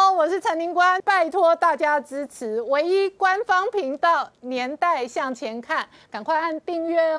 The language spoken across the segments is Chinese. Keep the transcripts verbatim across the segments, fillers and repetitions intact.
好，我是陈宁官，拜托大家支持唯一官方频道《年代向前看》，赶快按订阅哦。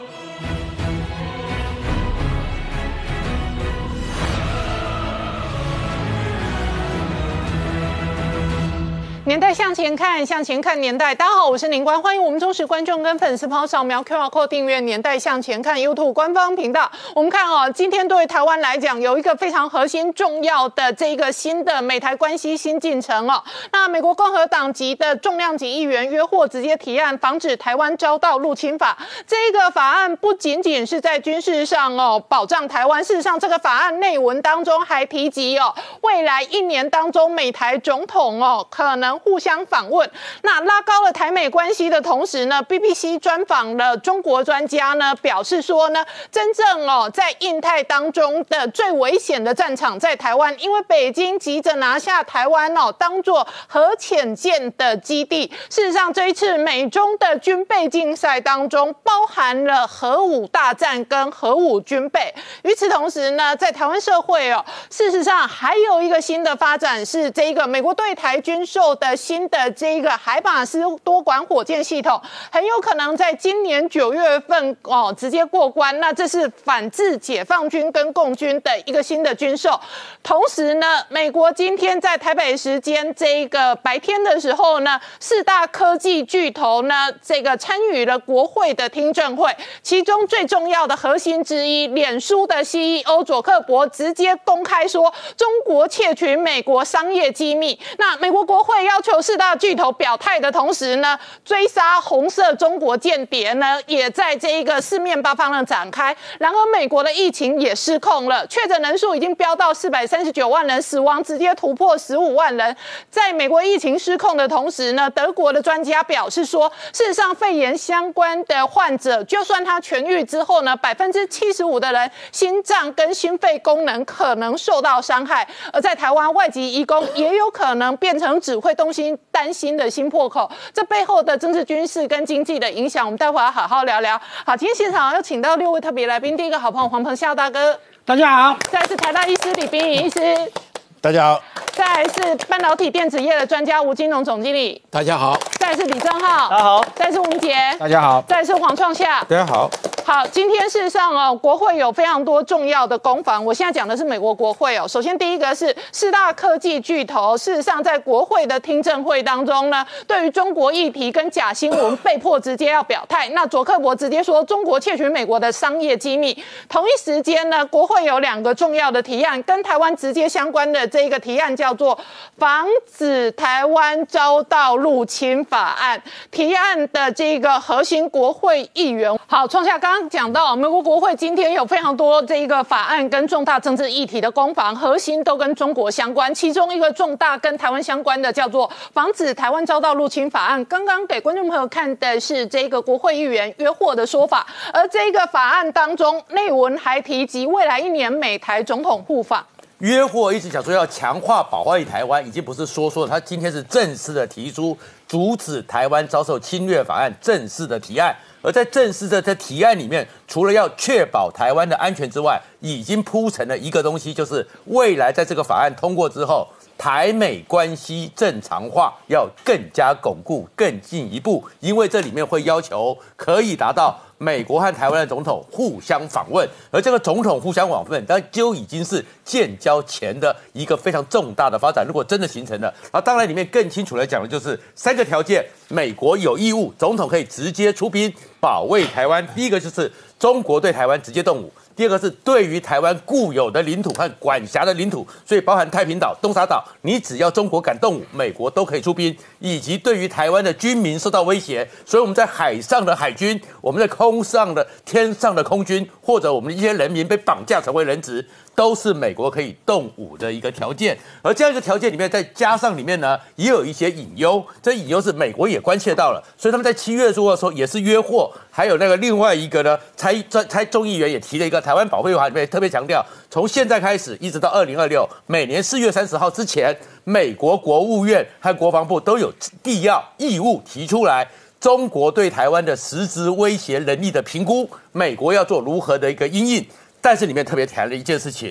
年代向前看，向前看年代。大家好，我是宁官，欢迎我们忠实观众跟粉丝朋友扫描 Q R code 订阅《年代向前看》YouTube 官方频道。我们看哦，今天对台湾来讲有一个非常核心重要的这个新的美台关系新进程哦。那美国共和党籍的重量级议员约获直接提案，防止台湾遭到入侵法。这个法案不仅仅是在军事上哦保障台湾，事实上这个法案内文当中还提及哦，未来一年当中美台总统哦可能互相访问，那拉高了台美关系的同时呢 ，B B C 专访了中国专家呢，表示说呢，真正哦在印太当中的最危险的战场在台湾，因为北京急着拿下台湾哦，当作核潜舰的基地。事实上，这一次美中的军备竞赛当中，包含了核武大战跟核武军备。与此同时呢，在台湾社会哦，事实上还有一个新的发展是这个美国对台军售的新的这个海马斯多管火箭系统，很有可能在今年九月份哦直接过关。那这是反制解放军跟共军的一个新的军售。同时呢，美国今天在台北时间这个白天的时候呢，四大科技巨头呢这个参与了国会的听证会，其中最重要的核心之一，脸书的 C E O 佐克伯直接公开说，中国窃取美国商业机密。那美国国会要求四大巨头表态的同时呢，追杀红色中国间谍呢，也在这一个四面八方的展开。然而，美国的疫情也失控了，确诊人数已经飙到四百三十九万人，死亡直接突破十五万人。在美国疫情失控的同时呢，德国的专家表示说，事实上肺炎相关的患者，就算他痊愈之后呢，百分之七十五的人心脏跟心肺功能可能受到伤害。而在台湾，外籍移工也有可能变成指挥中心担心的新破口，这背后的政治、军事跟经济的影响，我们待会要好好聊聊。好，今天现场要请到六位特别来宾，第一个好朋友黄鹏孝大哥， 大家好； 再来是台大医师李秉颖医师， 大家好； 再来是半导体电子业的专家吴金龙总经理， 大家好； 再来是李正浩， 大家好； 再来是吴杰， 大家好； 再来是黄创夏， 大家好。 好，今天事实上哦，国会有非常多重要的攻防。我现在讲的是美国国会哦。首先，第一个是四大科技巨头，事实上在国会的听证会当中呢，对于中国议题跟假新闻被迫直接要表态。那佐克伯直接说中国窃取美国的商业机密。同一时间呢，国会有两个重要的提案，跟台湾直接相关的这个提案叫做防止台湾遭到入侵法案。提案的这个核心国会议员，好，创下刚刚讲到，美国国会今天有非常多这一个法案跟重大政治议题的攻防，核心都跟中国相关。其中一个重大跟台湾相关的叫做防止台湾遭到入侵法案。刚刚给观众朋友看的是这个国会议员约获的说法，而这个法案当中内文还提及未来一年美台总统互访。 约获一直讲说要强化保卫台湾，已经不是说说，他今天是正式的提出阻止台湾遭受侵略法案正式的提案。而在正式的这提案里面，除了要确保台湾的安全之外，已经铺成了一个东西，就是未来在这个法案通过之后，台美关系正常化要更加巩固、更进一步，因为这里面会要求可以达到美国和台湾的总统互相访问，而这个总统互相访问，当然就已经是建交前的一个非常重大的发展。如果真的形成了，然后当然里面更清楚的讲的就是三个条件：美国有义务，总统可以直接出兵保卫台湾。第一个就是中国对台湾直接动武。第二个是对于台湾固有的领土和管辖的领土，所以包含太平岛、东沙岛，你只要中国敢动武，美国都可以出兵。以及对于台湾的军民受到威胁，所以我们在海上的海军，我们在空上的、天上的空军，或者我们的一些人民被绑架成为人质，都是美国可以动武的一个条件。而这样一个条件里面，再加上里面呢，也有一些隐忧。这隐忧是美国也关切到了，所以他们在七月初的时候也是约获。还有那个另外一个呢，参参众议员也提了一个台湾保卫法里面特别强调，从现在开始一直到二零二六，每年四月三十号之前，美国国务院和国防部都有必要义务提出来中国对台湾的实质威胁能力的评估，美国要做如何的一个因应。但是里面特别谈了一件事情，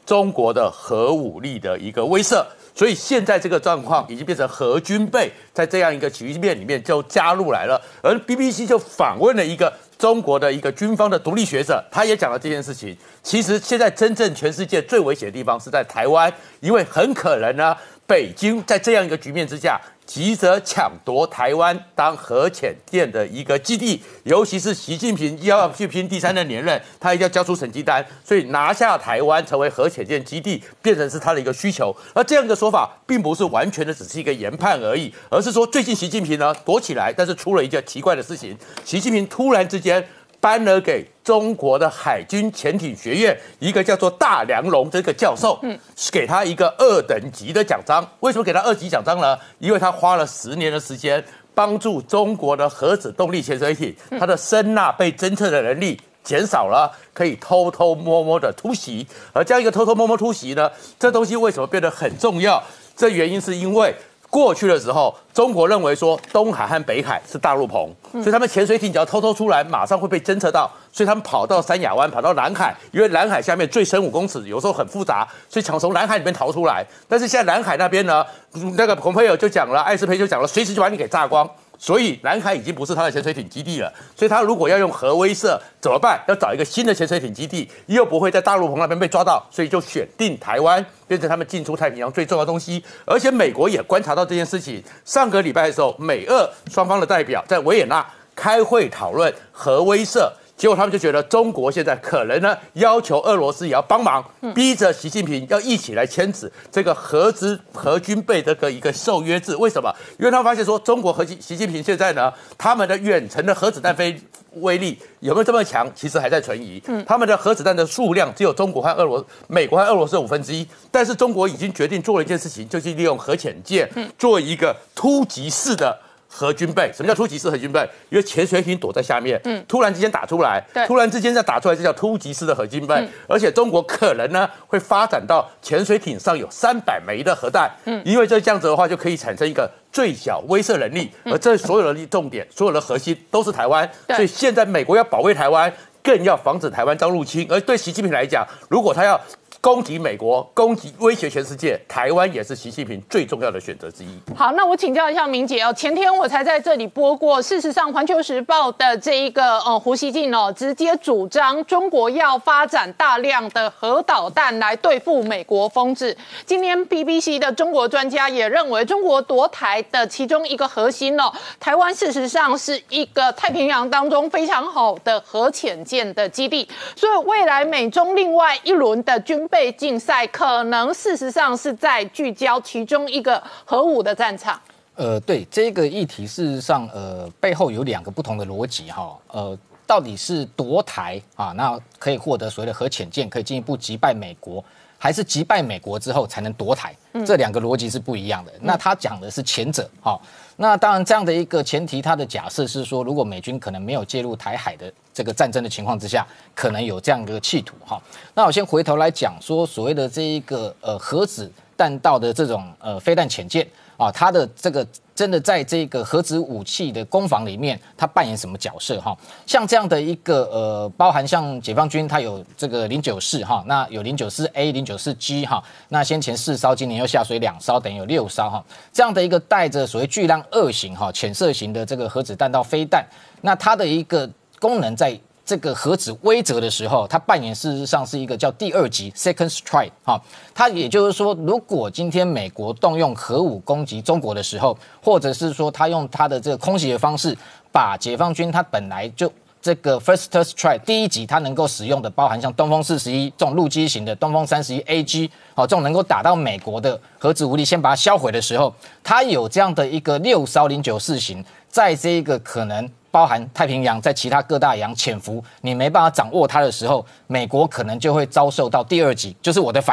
中国的核武力的一个威慑。所以现在这个状况已经变成核军备在这样一个局面里面就加入来了，而 B B C 就访问了一个中国的一个军方的独立学者，他也讲了这件事情。其实现在真正全世界最危险的地方是在台湾，因为很可能呢，北京在这样一个局面之下，急着抢夺台湾当核潜舰的一个基地，尤其是习近平要去拼第三任连任，他一定要交出成绩单，所以拿下台湾成为核潜舰基地，变成是他的一个需求。而这样一个说法，并不是完全的只是一个研判而已，而是说最近习近平呢躲起来，但是出了一件奇怪的事情，习近平突然之间颁了给中国的海军潜艇学院一个叫做大梁龙这个教授，嗯，给他一个二等级的奖章。为什么给他二级奖章呢？因为他花了十年的时间帮助中国的核子动力潜水艇，它的声呐被侦测的能力减少了，可以偷偷摸摸的突袭。而这样一个偷偷摸摸突袭呢，这东西为什么变得很重要？这原因是因为过去的时候，中国认为说东海和北海是大陆棚，所以他们潜水艇只要偷偷出来，马上会被侦测到，所以他们跑到三亚湾，跑到南海，因为南海下面最深五公尺，有时候很复杂，所以想从南海里面逃出来。但是现在南海那边呢，那个蓬佩奥就讲了，艾斯培就讲了，随时就把你给炸光。所以南海已经不是他的潜水艇基地了，所以他如果要用核威慑怎么办？要找一个新的潜水艇基地，又不会在大陆棚那边被抓到，所以就选定台湾，变成他们进出太平洋最重要的东西。而且美国也观察到这件事情，上个礼拜的时候，美俄双方的代表在维也纳开会讨论核威慑。结果他们就觉得中国现在可能呢要求俄罗斯也要帮忙，逼着习近平要一起来签字这个核子核军备这个一个受约制。为什么？因为他们发现说中国和习近平现在呢，他们的远程的核子弹飞威力有没有这么强，其实还在存疑。嗯，他们的核子弹的数量只有中国和俄罗美国和俄罗斯的五分之一，但是中国已经决定做了一件事情，就是利用核潜舰做一个突击式的核军备。什么叫突击式核军备？因为潜水艇躲在下面，嗯，突然之间打出来，突然之间再打出来，这叫突击式的核军备。嗯、而且中国可能呢会发展到潜水艇上有三百枚的核弹，嗯，因为这这样子的话就可以产生一个最小威慑能力，而这所有的重点、所有的核心都是台湾。所以现在美国要保卫台湾，更要防止台湾遭入侵。而对习近平来讲，如果他要攻击美国，攻击威胁全世界，台湾也是习近平最重要的选择之一。 好，那我请教一下明姐哦，前天我才在这里播过，事实上《环球时报》的这一个呃胡锡进哦，直接主张中国要发展大量的核导弹来对付美国疯子。今天 B B C 的中国专家也认为，中国夺台的其中一个核心哦，台湾事实上是一个太平洋当中非常好的核潜舰的基地，所以未来美中另外一轮的军备竞赛可能事实上是在聚焦其中一个核武的战场。 呃，对这个议题，事实上，呃，背后有两个不同的逻辑哈。呃，到底是夺台啊，那可以获得所谓的核潜舰，可以进一步击败美国，还是击败美国之后才能夺台？嗯、这两个逻辑是不一样的。那他讲的是前者哈。那当然，这样的一个前提，他的假设是说，如果美军可能没有介入台海的这个战争的情况之下，可能有这样一个企图哈。那我先回头来讲说，所谓的这一个呃核子弹道的这种呃飞弹潜舰啊，它的这个真的在这个核子武器的攻防里面，它扮演什么角色哈？像这样的一个呃，包含像解放军它有这个零九四哈，那有零九四 A、零九四 G 哈，那先前四艘，今年又下水两艘，等于有六艘哈。这样的一个带着所谓巨浪二型哈潜射型的这个核子弹道飞弹，那它的一个功能在这个核子威慑的时候，它扮演事实上是一个叫第二级 second strike 哈，它也就是说，如果今天美国动用核武攻击中国的时候，或者是说他用他的这个空袭的方式，把解放军他本来就这个 first strike 第一级它能够使用的，包含像东风四十一这种陆基型的东风三十一 A G 好，这种能够打到美国的核子武力，先把它销毁的时候，它有这样的一个六艘零九四型，在这个可能包含太平洋在其他各大洋潜伏，你没办法掌握它的时候，美国可能就会遭受到第二级，就是我的反击。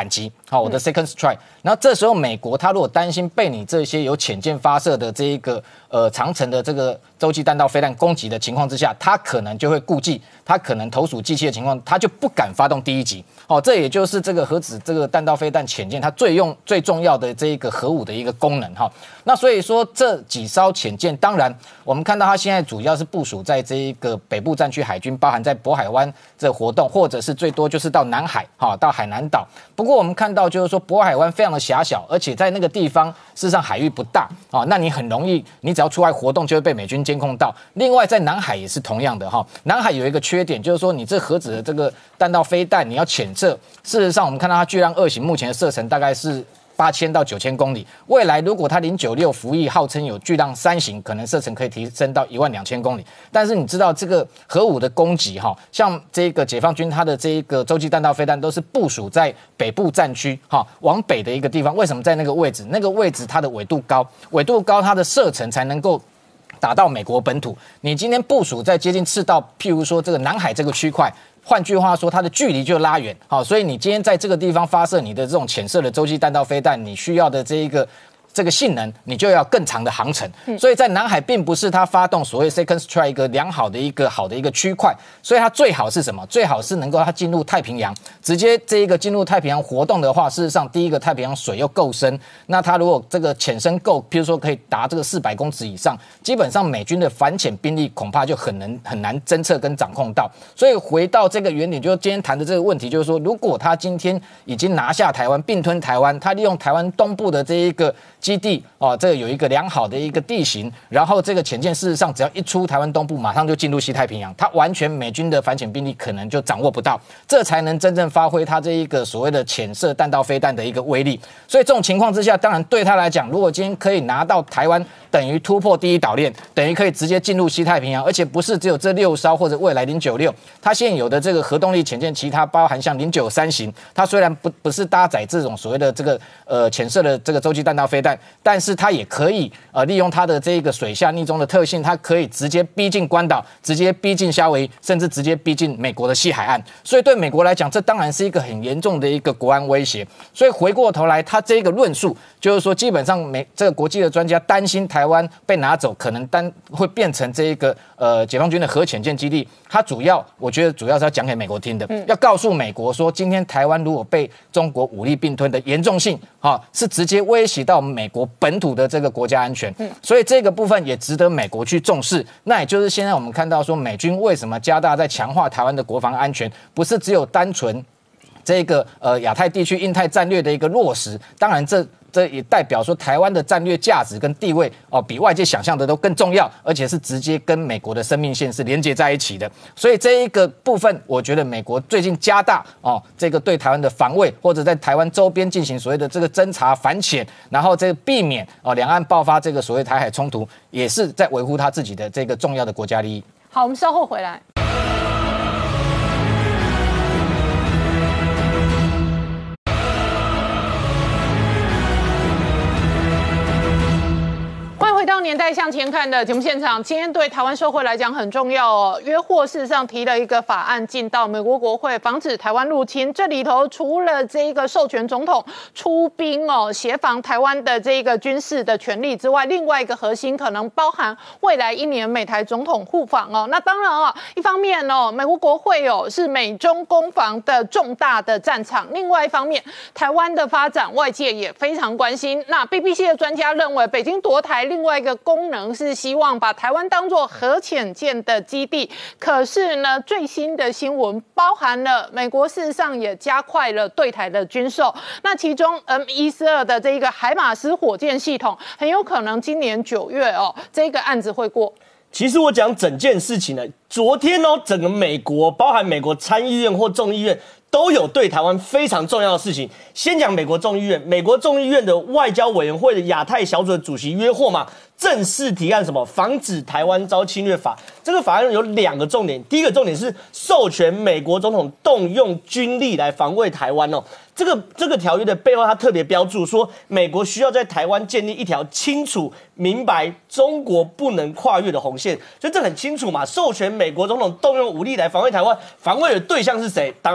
好，我的 second strike。然后这时候美国他如果担心被你这些有潜舰发射的这一个呃长程的这个洲际弹道飞弹攻击的情况之下，他可能就会顾忌，他可能投鼠忌器的情况，他就不敢发动第一击。哦，这也就是这个核子这个弹道飞弹潜舰它最用最重要的这一个核武的一个功能哈。那所以说这几艘潜舰，当然我们看到它现在主要是部署在这一个北部战区海军，包含在渤海湾这活动，或者是最多就是到南海哈，到海南岛。不过我们看到就是说渤海湾非常的狭小，而且在那个地方事实上海域不大啊，那你很容易，你只要出外活动就会被美军监控到。另外在南海也是同样的哈，南海有一个缺点就是说你这核子的这个弹道飞弹你要潜射，事实上我们看到它巨浪二型目前的射程大概是八千到九千公里，未来如果它零九六服役，号称有巨浪三型，可能射程可以提升到一万两千公里。但是你知道这个核武的攻击哈，像这个解放军它的这一个洲际弹道飞弹都是部署在北部战区哈，往北的一个地方。为什么在那个位置？那个位置它的纬度高，纬度高它的射程才能够打到美国本土。你今天部署在接近赤道，譬如说这个南海这个区块。换句话说，它的距离就拉远，好，所以你今天在这个地方发射你的这种潜射的洲际弹道飞弹，你需要的这一个这个性能，你就要更长的航程。所以在南海并不是它发动所谓 second strike 一个良好的一个好的一个区块，所以它最好是什么？最好是能够它进入太平洋，直接这一个进入太平洋活动的话，事实上第一个太平洋水又够深，那它如果这个潜深够，譬如说可以达这个四百公尺以上，基本上美军的反潜兵力恐怕就很能很难侦测跟掌控到。所以回到这个原点，就是今天谈的这个问题，就是说，如果他今天已经拿下台湾，并吞台湾，他利用台湾东部的这一个基地哦，这个有一个良好的一个地形，然后这个潜舰事实上只要一出台湾东部，马上就进入西太平洋，它完全美军的反潜兵力可能就掌握不到，这才能真正发挥它这一个所谓的潜射弹道飞弹的一个威力。所以这种情况之下，当然对他来讲，如果今天可以拿到台湾，等于突破第一岛链，等于可以直接进入西太平洋，而且不是只有这六艘或者未来零九六，它现有的这个核动力潜舰，其他包含像零九三型，它虽然不不是搭载这种所谓的这个呃潜射的这个洲际弹道飞弹，但是它也可以呃利用它的这个水下匿踪的特性，它可以直接逼近关岛，直接逼近夏威夷，甚至直接逼近美国的西海岸。所以对美国来讲，这当然是一个很严重的一个国安威胁。所以回过头来，他这个论述就是说，基本上美这个国际的专家担心台湾被拿走，可能单会变成这一个呃解放军的核潜舰基地。他主要我觉得主要是要讲给美国听的，嗯、要告诉美国说，今天台湾如果被中国武力并吞的严重性，哈、哦，是直接威胁到美国本土的这个国家安全。嗯、所以这个部分也值得美国去重视。那也就是现在我们看到说，美军为什么加大在强化台湾的国防安全，不是只有单纯这个呃亚太地区印太战略的一个落实，当然这。这也代表说，台湾的战略价值跟地位哦，比外界想象的都更重要，而且是直接跟美国的生命线是连接在一起的。所以这一个部分，我觉得美国最近加大哦，这个对台湾的防卫，或者在台湾周边进行所谓的这个侦查反潜，然后这个避免哦两岸爆发这个所谓台海冲突，也是在维护他自己的这个重要的国家利益。 好，我们稍后回来。回到年代向前看的节目现场，今天对台湾社会来讲很重要哦。约霍事实上提了一个法案进到美国国会，防止台湾入侵。这里头除了这一个授权总统出兵哦，协防台湾的这个军事的权利之外，另外一个核心可能包含未来一年美台总统互访哦。那当然哦，一方面哦，美国国会哦是美中攻防的重大的战场；另外一方面，台湾的发展外界也非常关心。那 B B C 的专家认为，北京夺台另外另外一个功能是希望把台湾当作核潜舰的基地，可是呢，最新的新闻包含了美国事实上也加快了对台的军售，那其中 M 一四二的这一个海马斯火箭系统，很有可能今年九月哦，这个案子会过。 其实我讲整件事情呢，昨天哦，整个美国，包含美国参议院或众议院，都有对台湾非常重要的事情。先讲美国众议院，美国众议院的外交委员会的亚太小组的主席约霍嘛，正式提案什么？防止台湾遭侵略法。这个法案有两个重点，第一个重点是授权美国总统动用军力来防卫台湾哦。这个这个条约的背后，他特别标注说，美国需要在台湾建立一条清楚明白中国不能跨越的红线，所以这很清楚嘛。授权美国总统动用武力来防卫台湾，防卫的对象是谁？当然是中国。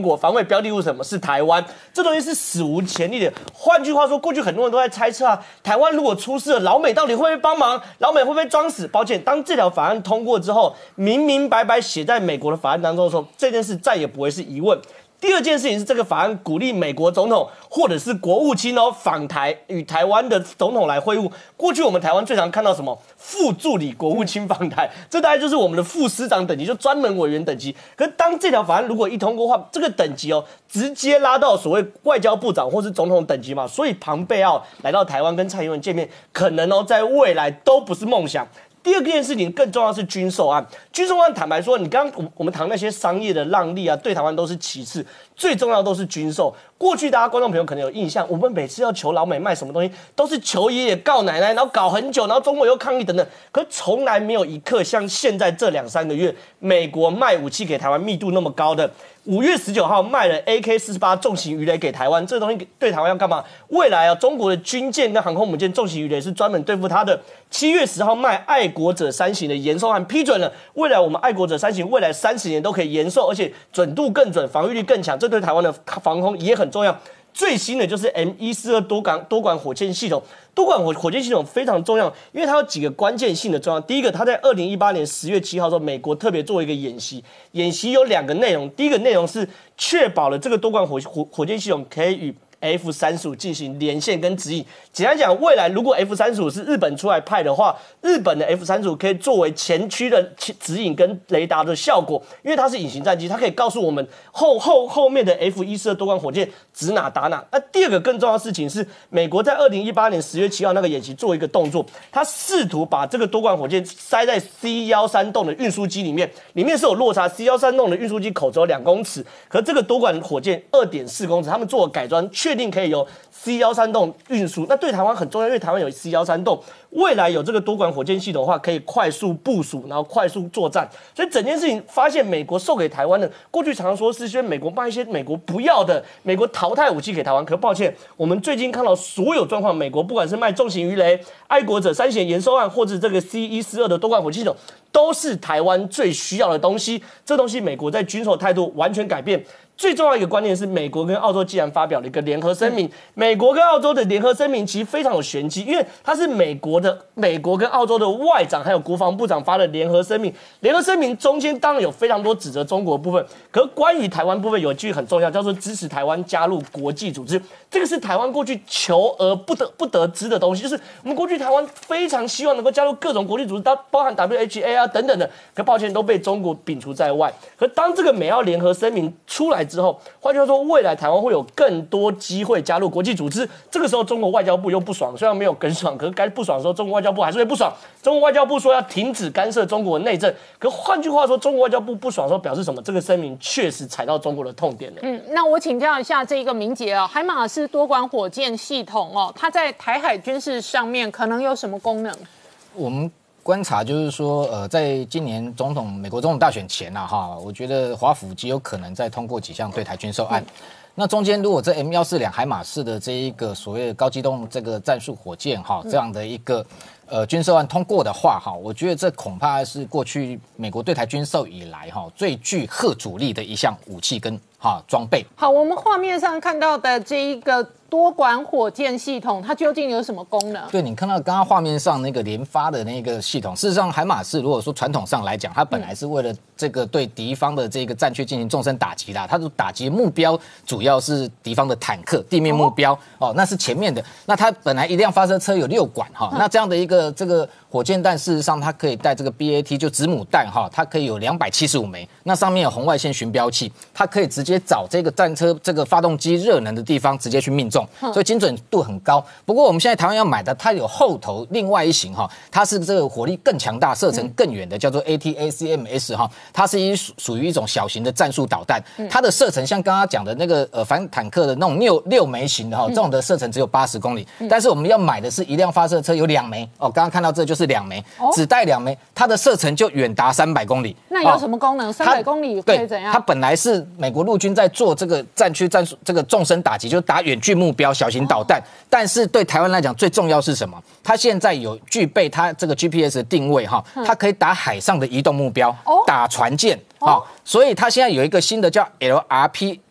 国，防卫标的物什么是台湾，这东西是史无前例的。换句话说，过去很多人都在猜测啊，台湾如果出事了，老美到底会不会帮忙？老美会不会装死？抱歉，当这条法案通过之后，明明白白写在美国的法案当中的时候，这件事再也不会是疑问。第二件事情是，这个法案鼓励美国总统或者是国务卿哦访台，与台湾的总统来会晤。过去我们台湾最常看到什么副助理国务卿访台，这大概就是我们的副司长等级，就专门委员等级。可是当这条法案如果一通过的话，这个等级哦，直接拉到所谓外交部长或是总统等级嘛。所以庞贝奥来到台湾跟蔡英文见面，可能哦在未来都不是梦想。第二件事情更重要的是军售案，军售案坦白说，你刚刚我们谈那些商业的让利啊，对台湾都是其次，最重要的都是军售。过去大家观众朋友可能有印象，我们每次要求老美卖什么东西，都是求爷爷告奶奶，然后搞很久，然后中国又抗议等等，可是从来没有一刻像现在这两三个月，美国卖武器给台湾密度那么高的。五月十九号卖了 A K 四十八 重型鱼雷给台湾，这个东西对台湾要干嘛？未来啊，中国的军舰跟航空母舰重型鱼雷是专门对付它的。七月十号卖爱国者三型的延寿案批准了，未来我们爱国者三型未来三十年都可以延寿，而且准度更准，防御力更强，这对台湾的防空也很重要。最新的就是 M 一四二 多管多管火箭系统，多管火火箭系统非常重要，因为它有几个关键性的重要。第一个，它在二零一八年十月七号的时候，美国特别做一个演习，演习有两个内容，第一个内容是确保了这个多管火火火箭系统可以与F 三十五 进行连线跟指引。简单讲，未来如果 F 三十五 是日本出来派的话，日本的 F 三十五 可以作为前驱的指引跟雷达的效果，因为它是隐形战机，它可以告诉我们后后后面的 F 一四二 多管火箭指哪打哪。那第二个更重要的事情是，美国在二零一八年十月七号那个演习做一个动作，它试图把这个多管火箭塞在 C 一三洞的运输机里面，里面是有落差 ，C 一三洞的运输机口只有两公尺，可这个多管火箭二点四公尺，他们做了改装，确定可以由 C 一三洞运输。那对台湾很重要，因为台湾有 C 一三洞，未来有这个多管火箭系统的话，可以快速部署，然后快速作战。所以整件事情发现，美国售给台湾的，过去常常说是因为美国卖一些美国不要的、美国淘汰武器给台湾。可抱歉，我们最近看到所有状况，美国不管是卖重型鱼雷、爱国者三型延寿案，或者这个 C 一四二 的多管火箭系统，都是台湾最需要的东西。这东西美国在军售态度完全改变。最重要一个观念是，美国跟澳洲既然发表了一个联合声明，美国跟澳洲的联合声明其实非常有玄机，因为它是美国的美国跟澳洲的外长还有国防部长发的联合声明。联合声明中间当然有非常多指责中国的部分，可是关于台湾部分有一句很重要，叫做支持台湾加入国际组织。这个是台湾过去求而不得不得知的东西，就是我们过去台湾非常希望能够加入各种国际组织，包含 W H A 啊等等的，可抱歉都被中国摒除在外。可当这个美澳联合声明出来之后，换句话说，未来台湾会有更多机会加入国际组织。这个时候，中国外交部又不爽，虽然没有更爽，可是该不爽的时候，中国外交部还是会不爽。中国外交部说要停止干涉中国内政，可换句话说，中国外交部不爽的时候，表示什么？这个声明确实踩到中国的痛点了。 嗯，那我请教一下这个明杰啊，海马斯多管火箭系统哦，它在台海军事上面可能有什么功能？ 我们观察就是说，呃，在今年总统美国总统大选前啊，哈，我觉得华府极有可能再通过几项对台军售案。嗯，那中间如果这 M 一四两海马式的这一个所谓的高机动这个战术火箭哈，这样的一个呃军售案通过的话哈，我觉得这恐怕是过去美国对台军售以来哈最具吓阻力的一项武器跟哈装备。 好，我们画面上看到的这一个多管火箭系统，它究竟有什么功能？ 对，你看到刚刚画面上那个连发的那个系统，事实上海马式如果说传统上来讲，它本来是为了这个对敌方的这个战区进行纵深打击啦，它的打击目标主要是敌方的坦克地面目标 哦, 哦，那是前面的。那它本来一辆发射车有六管哈、哦，那这样的一个这个火箭弹，事实上它可以带这个 B A T 就子母弹哈、哦，它可以有两百七十五枚，那上面有红外线巡标器，它可以直接找这个战车这个发动机热能的地方直接去命中，所以精准度很高。不过我们现在台湾要买的，它有后头另外一型哈，它是这个火力更强大、射程更远的，叫做 A T A C M S 哈，它是一属于一种小型的战术导弹，它的射程像刚刚讲的那个呃反坦克的那种六六枚型的哈，这种的射程只有八十公里，但是我们要买的是一辆发射车有两枚哦，刚刚看到这就是两枚，只带两枚，它的射程就远达三百公里。 那有什么功能？三百公里可以怎样？ 它本来是美国陆军在做这个战区战术这个纵深打击，就是打远距目标小型导弹，但是对台湾来讲最重要是什么？它现在有具备它这个 G P S 的定位哈，它可以打海上的移动目标，打船舰啊，所以它现在有一个新的叫 L R P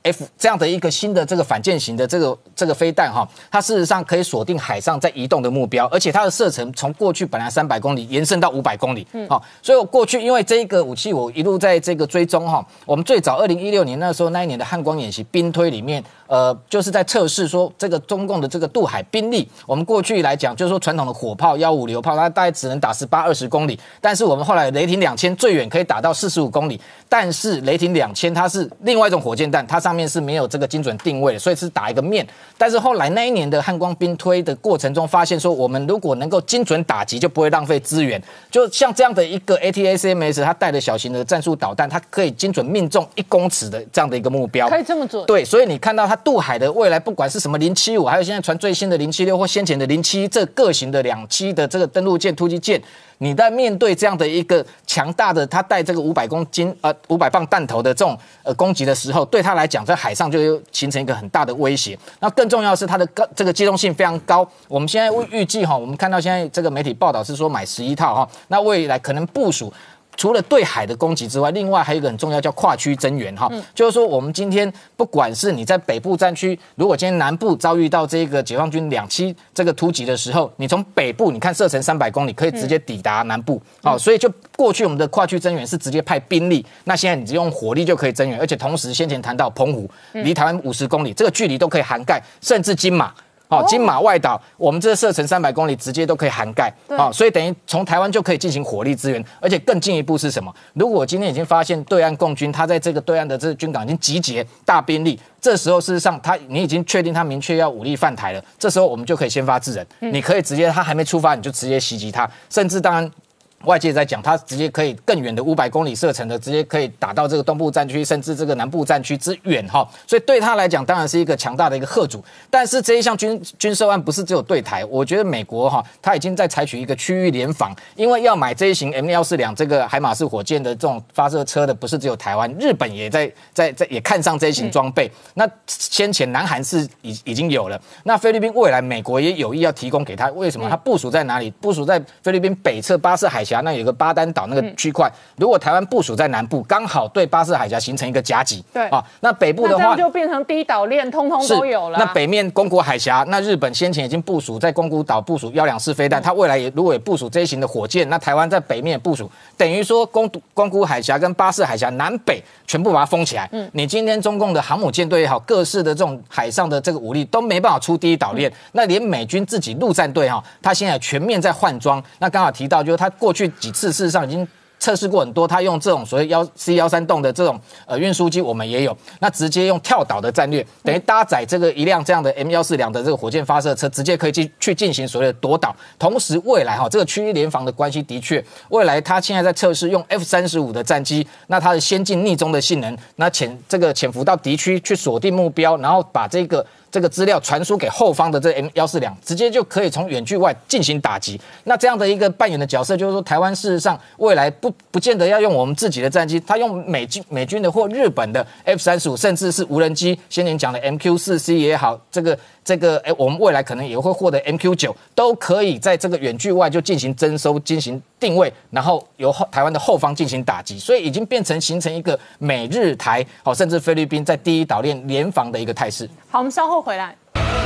F 这样的一个新的这个反舰型的这个这个飞弹哈，它事实上可以锁定海上在移动的目标，而且它的射程从过去本来三百公里延伸到五百公里。嗯，好，所以我过去因为这一个武器我一路在这个追踪哈，我们最早二零一六年那时候那一年的汉光演习兵推里面，呃，就是在测试说这个中共的这个渡海兵力，我们过去来讲就是说传统的火炮幺五流炮，它大概只能打十八二十公里，但是我们后来雷霆两千最远可以打到四十五公里，但是雷霆两千它是另外一种火箭弹，它上面是没有这个精准定位的，所以是打一个面。但是后来那一年的汉光兵推的过程中，发现说我们如果能够精准打击，就不会浪费资源。就像这样的一个 A T A C M S， 它带的小型的战术导弹，它可以精准命中一公尺的这样的一个目标， 可以这么准。 对，所以你看到它渡海的未来，不管是什么零七五，还有现在传最新的零七六或先前的零七，这各型的两栖的这个登陆舰、突击舰。你在面对这样的一个强大的，他带这个五百公斤呃五百磅弹头的这种呃攻击的时候，对他来讲，在海上就形成一个很大的威胁。那更重要的是，它的高这个机动性非常高。我们现在预计哈，我们看到现在这个媒体报道是说买十一套哈，那未来可能部署。除了对海的攻击之外，另外还有一个很重要叫跨区增援哈，嗯、就是说我们今天不管是你在北部战区，如果今天南部遭遇到这个解放军两栖这个突击的时候，你从北部你看射程三百公里，可以直接抵达南部，好、嗯哦，所以就过去我们的跨区增援是直接派兵力，那现在你只用火力就可以增援，而且同时先前谈到澎湖离台湾五十公里，这个距离都可以涵盖，甚至金马。哦，金马外岛，我们这个射程三百公里，直接都可以涵盖。哦，所以等于从台湾就可以进行火力支援，而且更进一步是什么？如果今天已经发现对岸共军他在这个对岸的这个军港已经集结大兵力，这时候事实上他你已经确定他明确要武力犯台了，这时候我们就可以先发制人，嗯、你可以直接他还没出发你就直接袭击他，甚至当然。外界在讲，它直接可以更远的五百公里射程的，直接可以打到这个东部战区，甚至这个南部战区之远哈。所以对他来讲，当然是一个强大的一个贺主。但是这一项军军售案不是只有对台，我觉得美国哈，他已经在采取一个区域联防，因为要买这一型 M 一四两这个海马式火箭的这种发射车的，不是只有台湾，日本也在在在也看上这一型装备。嗯、那先前南韩是已已经有了，那菲律宾未来美国也有意要提供给他，为什么？它部署在哪里？部署在菲律宾北侧巴士海峡。那有个巴丹岛那个区块，如果台湾部署在南部，刚好对巴士海峡形成一个夹击。对啊，那北部的话， 那这样就变成第一岛链，通通都有了。 那北面宫古海峡，那日本先前已经部署在宫古岛部署幺两式飞弹，它未来也如果也部署这一型的火箭，那台湾在北面部署，等于说宫宫古海峡跟巴士海峡南北全部把它封起来。嗯，你今天中共的航母舰队也好，各式的这种海上的这个武力都没办法出第一岛链，嗯、那连美军自己陆战队哈，他现在全面在换装。那刚好提到就是他过去几次。事实上已经测试过很多，他用这种所谓幺 C 幺三栋的这种呃运输机，我们也有。那直接用跳岛的战略，等于搭载这个一辆这样的 M 一四两的这个火箭发射车，直接可以去去进行所谓的夺岛。同时，未来哈这个区域联防的关系的确，未来他现在在测试用 F 三十五的战机，那它的先进逆中的性能，那潜这个潜伏到敌区去锁定目标，然后把这个。这个资料传输给后方的这 M 一四两，直接就可以从远距外进行打击。那这样的一个扮演的角色，就是说台湾事实上未来不不见得要用我们自己的战机，他用美军美军的或日本的 F 三十五，甚至是无人机，先前讲的 M Q 四 C 也好，这个这个哎，我们未来可能也会获得 M Q 九，都可以在这个远距外就进行征收、进行定位，然后由后台湾的后方进行打击，所以已经变成形成一个美日台，好，甚至菲律宾在第一岛链联防的一个态势。 好，我们稍后回来。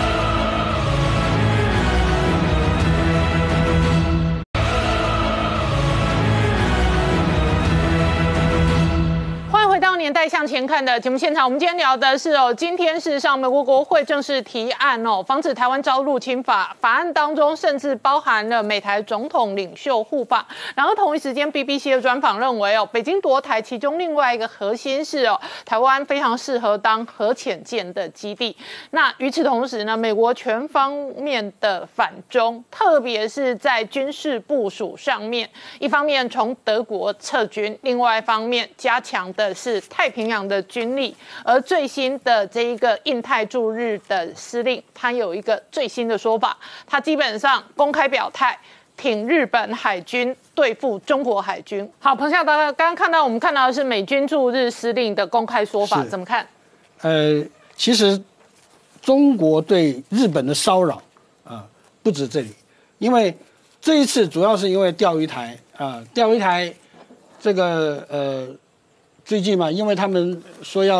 年代向前看的节目现场，我们今天聊的是哦，今天事实上美国国会正式提案哦，防止台湾遭入侵法法案当中，甚至包含了美台总统领袖互访。然后同一时间 ，B B C 的专访认为哦，北京夺台其中另外一个核心是哦，台湾非常适合当核潜舰的基地。那与此同时呢，美国全方面的反中，特别是在军事部署上面，一方面从德国撤军，另外一方面加强的是太平洋的军力，而最新的这一个印太驻日的司令，他有一个最新的说法，他基本上公开表态挺日本海军对付中国海军。好，彭校长，刚刚看到我们看到的是美军驻日司令的公开说法，怎么看？ 呃，其实中国对日本的骚扰啊、呃，不止这里，因为这一次主要是因为钓鱼台啊、呃，钓鱼台这个呃。最近嘛，因为他们说要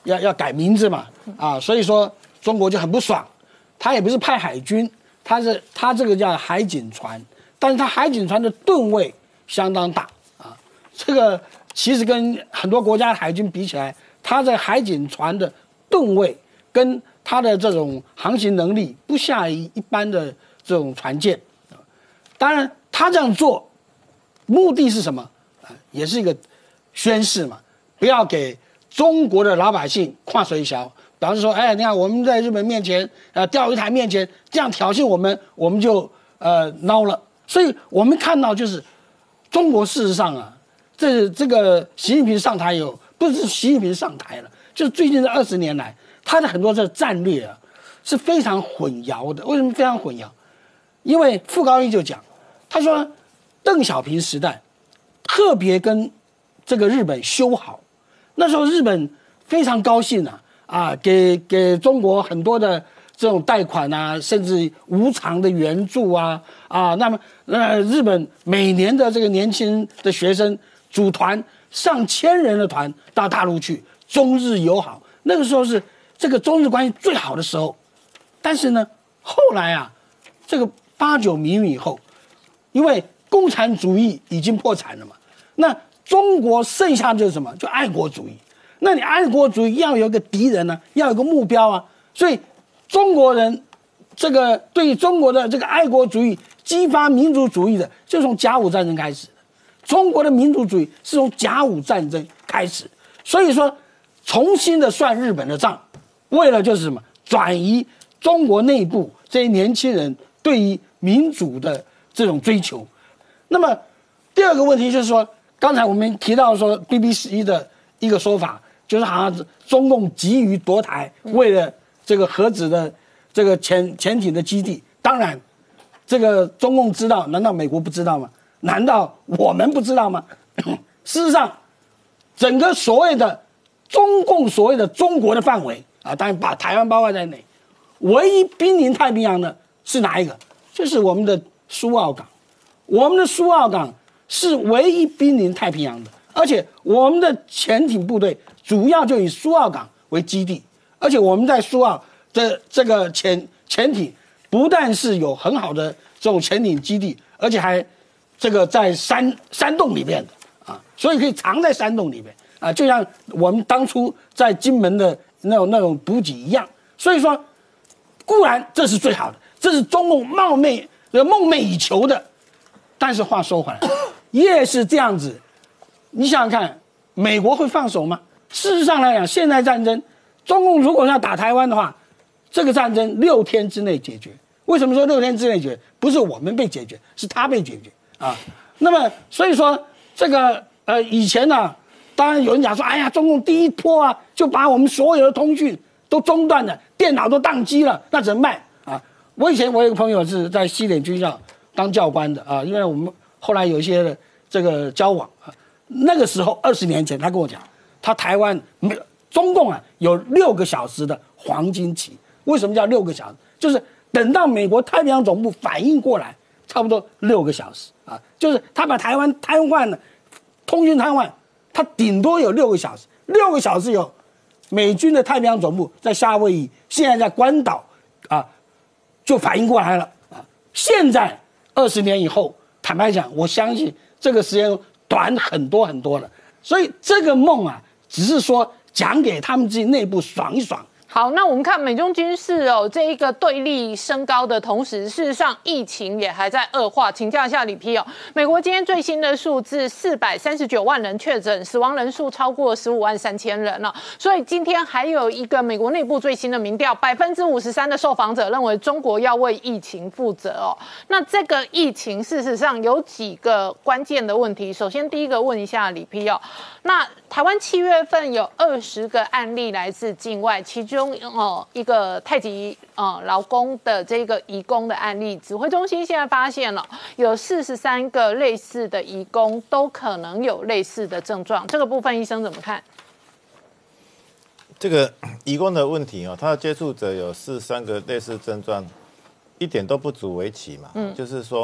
要要改名字嘛，啊，所以说中国就很不爽，他也不是派海军，他是他这个叫海警船，但是他海警船的吨位相当大啊，这个其实跟很多国家的海军比起来，他在海警船的吨位跟他的这种航行能力不下于一般的这种船舰，当然他这样做目的是什么啊？也是一个宣示嘛，不要给中国的老百姓跨水小，比方说，哎，你看我们在日本面前，呃，钓鱼台面前这样挑衅我们，我们就呃孬了。所以我们看到就是中国事实上啊，这这个习近平上台以后，不是习近平上台了，就是最近这二十年来，他的很多这战略啊是非常混淆的。为什么非常混淆？因为傅高义就讲，他说邓小平时代特别跟这个日本修好，那时候日本非常高兴啊，啊，给给中国很多的这种贷款啊，甚至无偿的援助啊，啊，那么呃，日本每年的这个年轻的学生组团上千人的团到大陆去，中日友好，那个时候是这个中日关系最好的时候。但是呢，后来啊，这个八九民运以后，因为共产主义已经破产了嘛，那中国剩下就是什么？就爱国主义。那你爱国主义要有一个敌人呢、啊，要有一个目标啊。所以中国人这个对中国的这个爱国主义激发民族主义的，就从甲午战争开始的。中国的民族主义是从甲午战争开始，所以说重新的算日本的账，为了就是什么？转移中国内部这些年轻人对于民主的这种追求。那么第二个问题就是说，刚才我们提到说 B B C 的一个说法，就是好像中共急于夺台，为了这个核子的这个潜潜艇的基地。当然，这个中共知道，难道美国不知道吗？难道我们不知道吗？事实上，整个所谓的中共所谓的中国的范围啊，当然把台湾包括在内，唯一濒临太平洋的是哪一个？就是我们的苏澳港。我们的苏澳港是唯一濒临太平洋的，而且我们的潜艇部队主要就以苏澳港为基地，而且我们在苏澳的这个潜潜艇不但是有很好的这种潜艇基地，而且还这个在山山洞里面的啊，所以可以藏在山洞里面啊，就像我们当初在金门的那种那种补给一样。所以说，固然这是最好的，这是中共冒昧呃梦寐以求的。但是话说回来，越是这样子，你想想看，美国会放手吗？事实上来讲，现代战争，中共如果要打台湾的话，这个战争六天之内解决。为什么说六天之内解决？不是我们被解决，是他被解决啊。那么所以说，这个呃以前呢、啊，当然有人讲说，哎呀，中共第一波啊，就把我们所有的通讯都中断了，电脑都宕机了，那怎么办啊？我以前我有个朋友是在西点军校当教官的啊，因为我们后来有一些这个交往啊，那个时候二十年前，他跟我讲，他台湾没中共啊有六个小时的黄金期。为什么叫六个小时？就是等到美国太平洋总部反应过来，差不多六个小时啊，就是他把台湾瘫痪了，通讯瘫痪，他顶多有六个小时，六个小时有美军的太平洋总部在夏威夷，现在在关岛啊，就反应过来了啊，现在。二十年以后，坦白讲，我相信这个时间短很多很多了。所以这个梦啊，只是说讲给他们自己内部爽一爽。 好，那我们看美中军事哦，这一个对立升高的同时，事实上疫情也还在恶化。请教一下李丕哦，美国今天最新的数字四百三十九万人确诊，死亡人数超过十五万三千人了。所以今天还有一个美国内部最新的民调，百分之五十三的受访者认为中国要为疫情负责哦。那这个疫情事实上有几个关键的问题。首先第一个问一下李丕哦，那台湾七月份有二十个案例来自境外，其中哦，一个太极呃劳工的这个移工的案例，指挥中心现在发现了有四十三个类似的移工都可能有类似的症状，这个部分医生怎么看？ 这个移工的问题哦，他的接触者有四十三个类似症状，一点都不足为奇嘛。嗯，就是说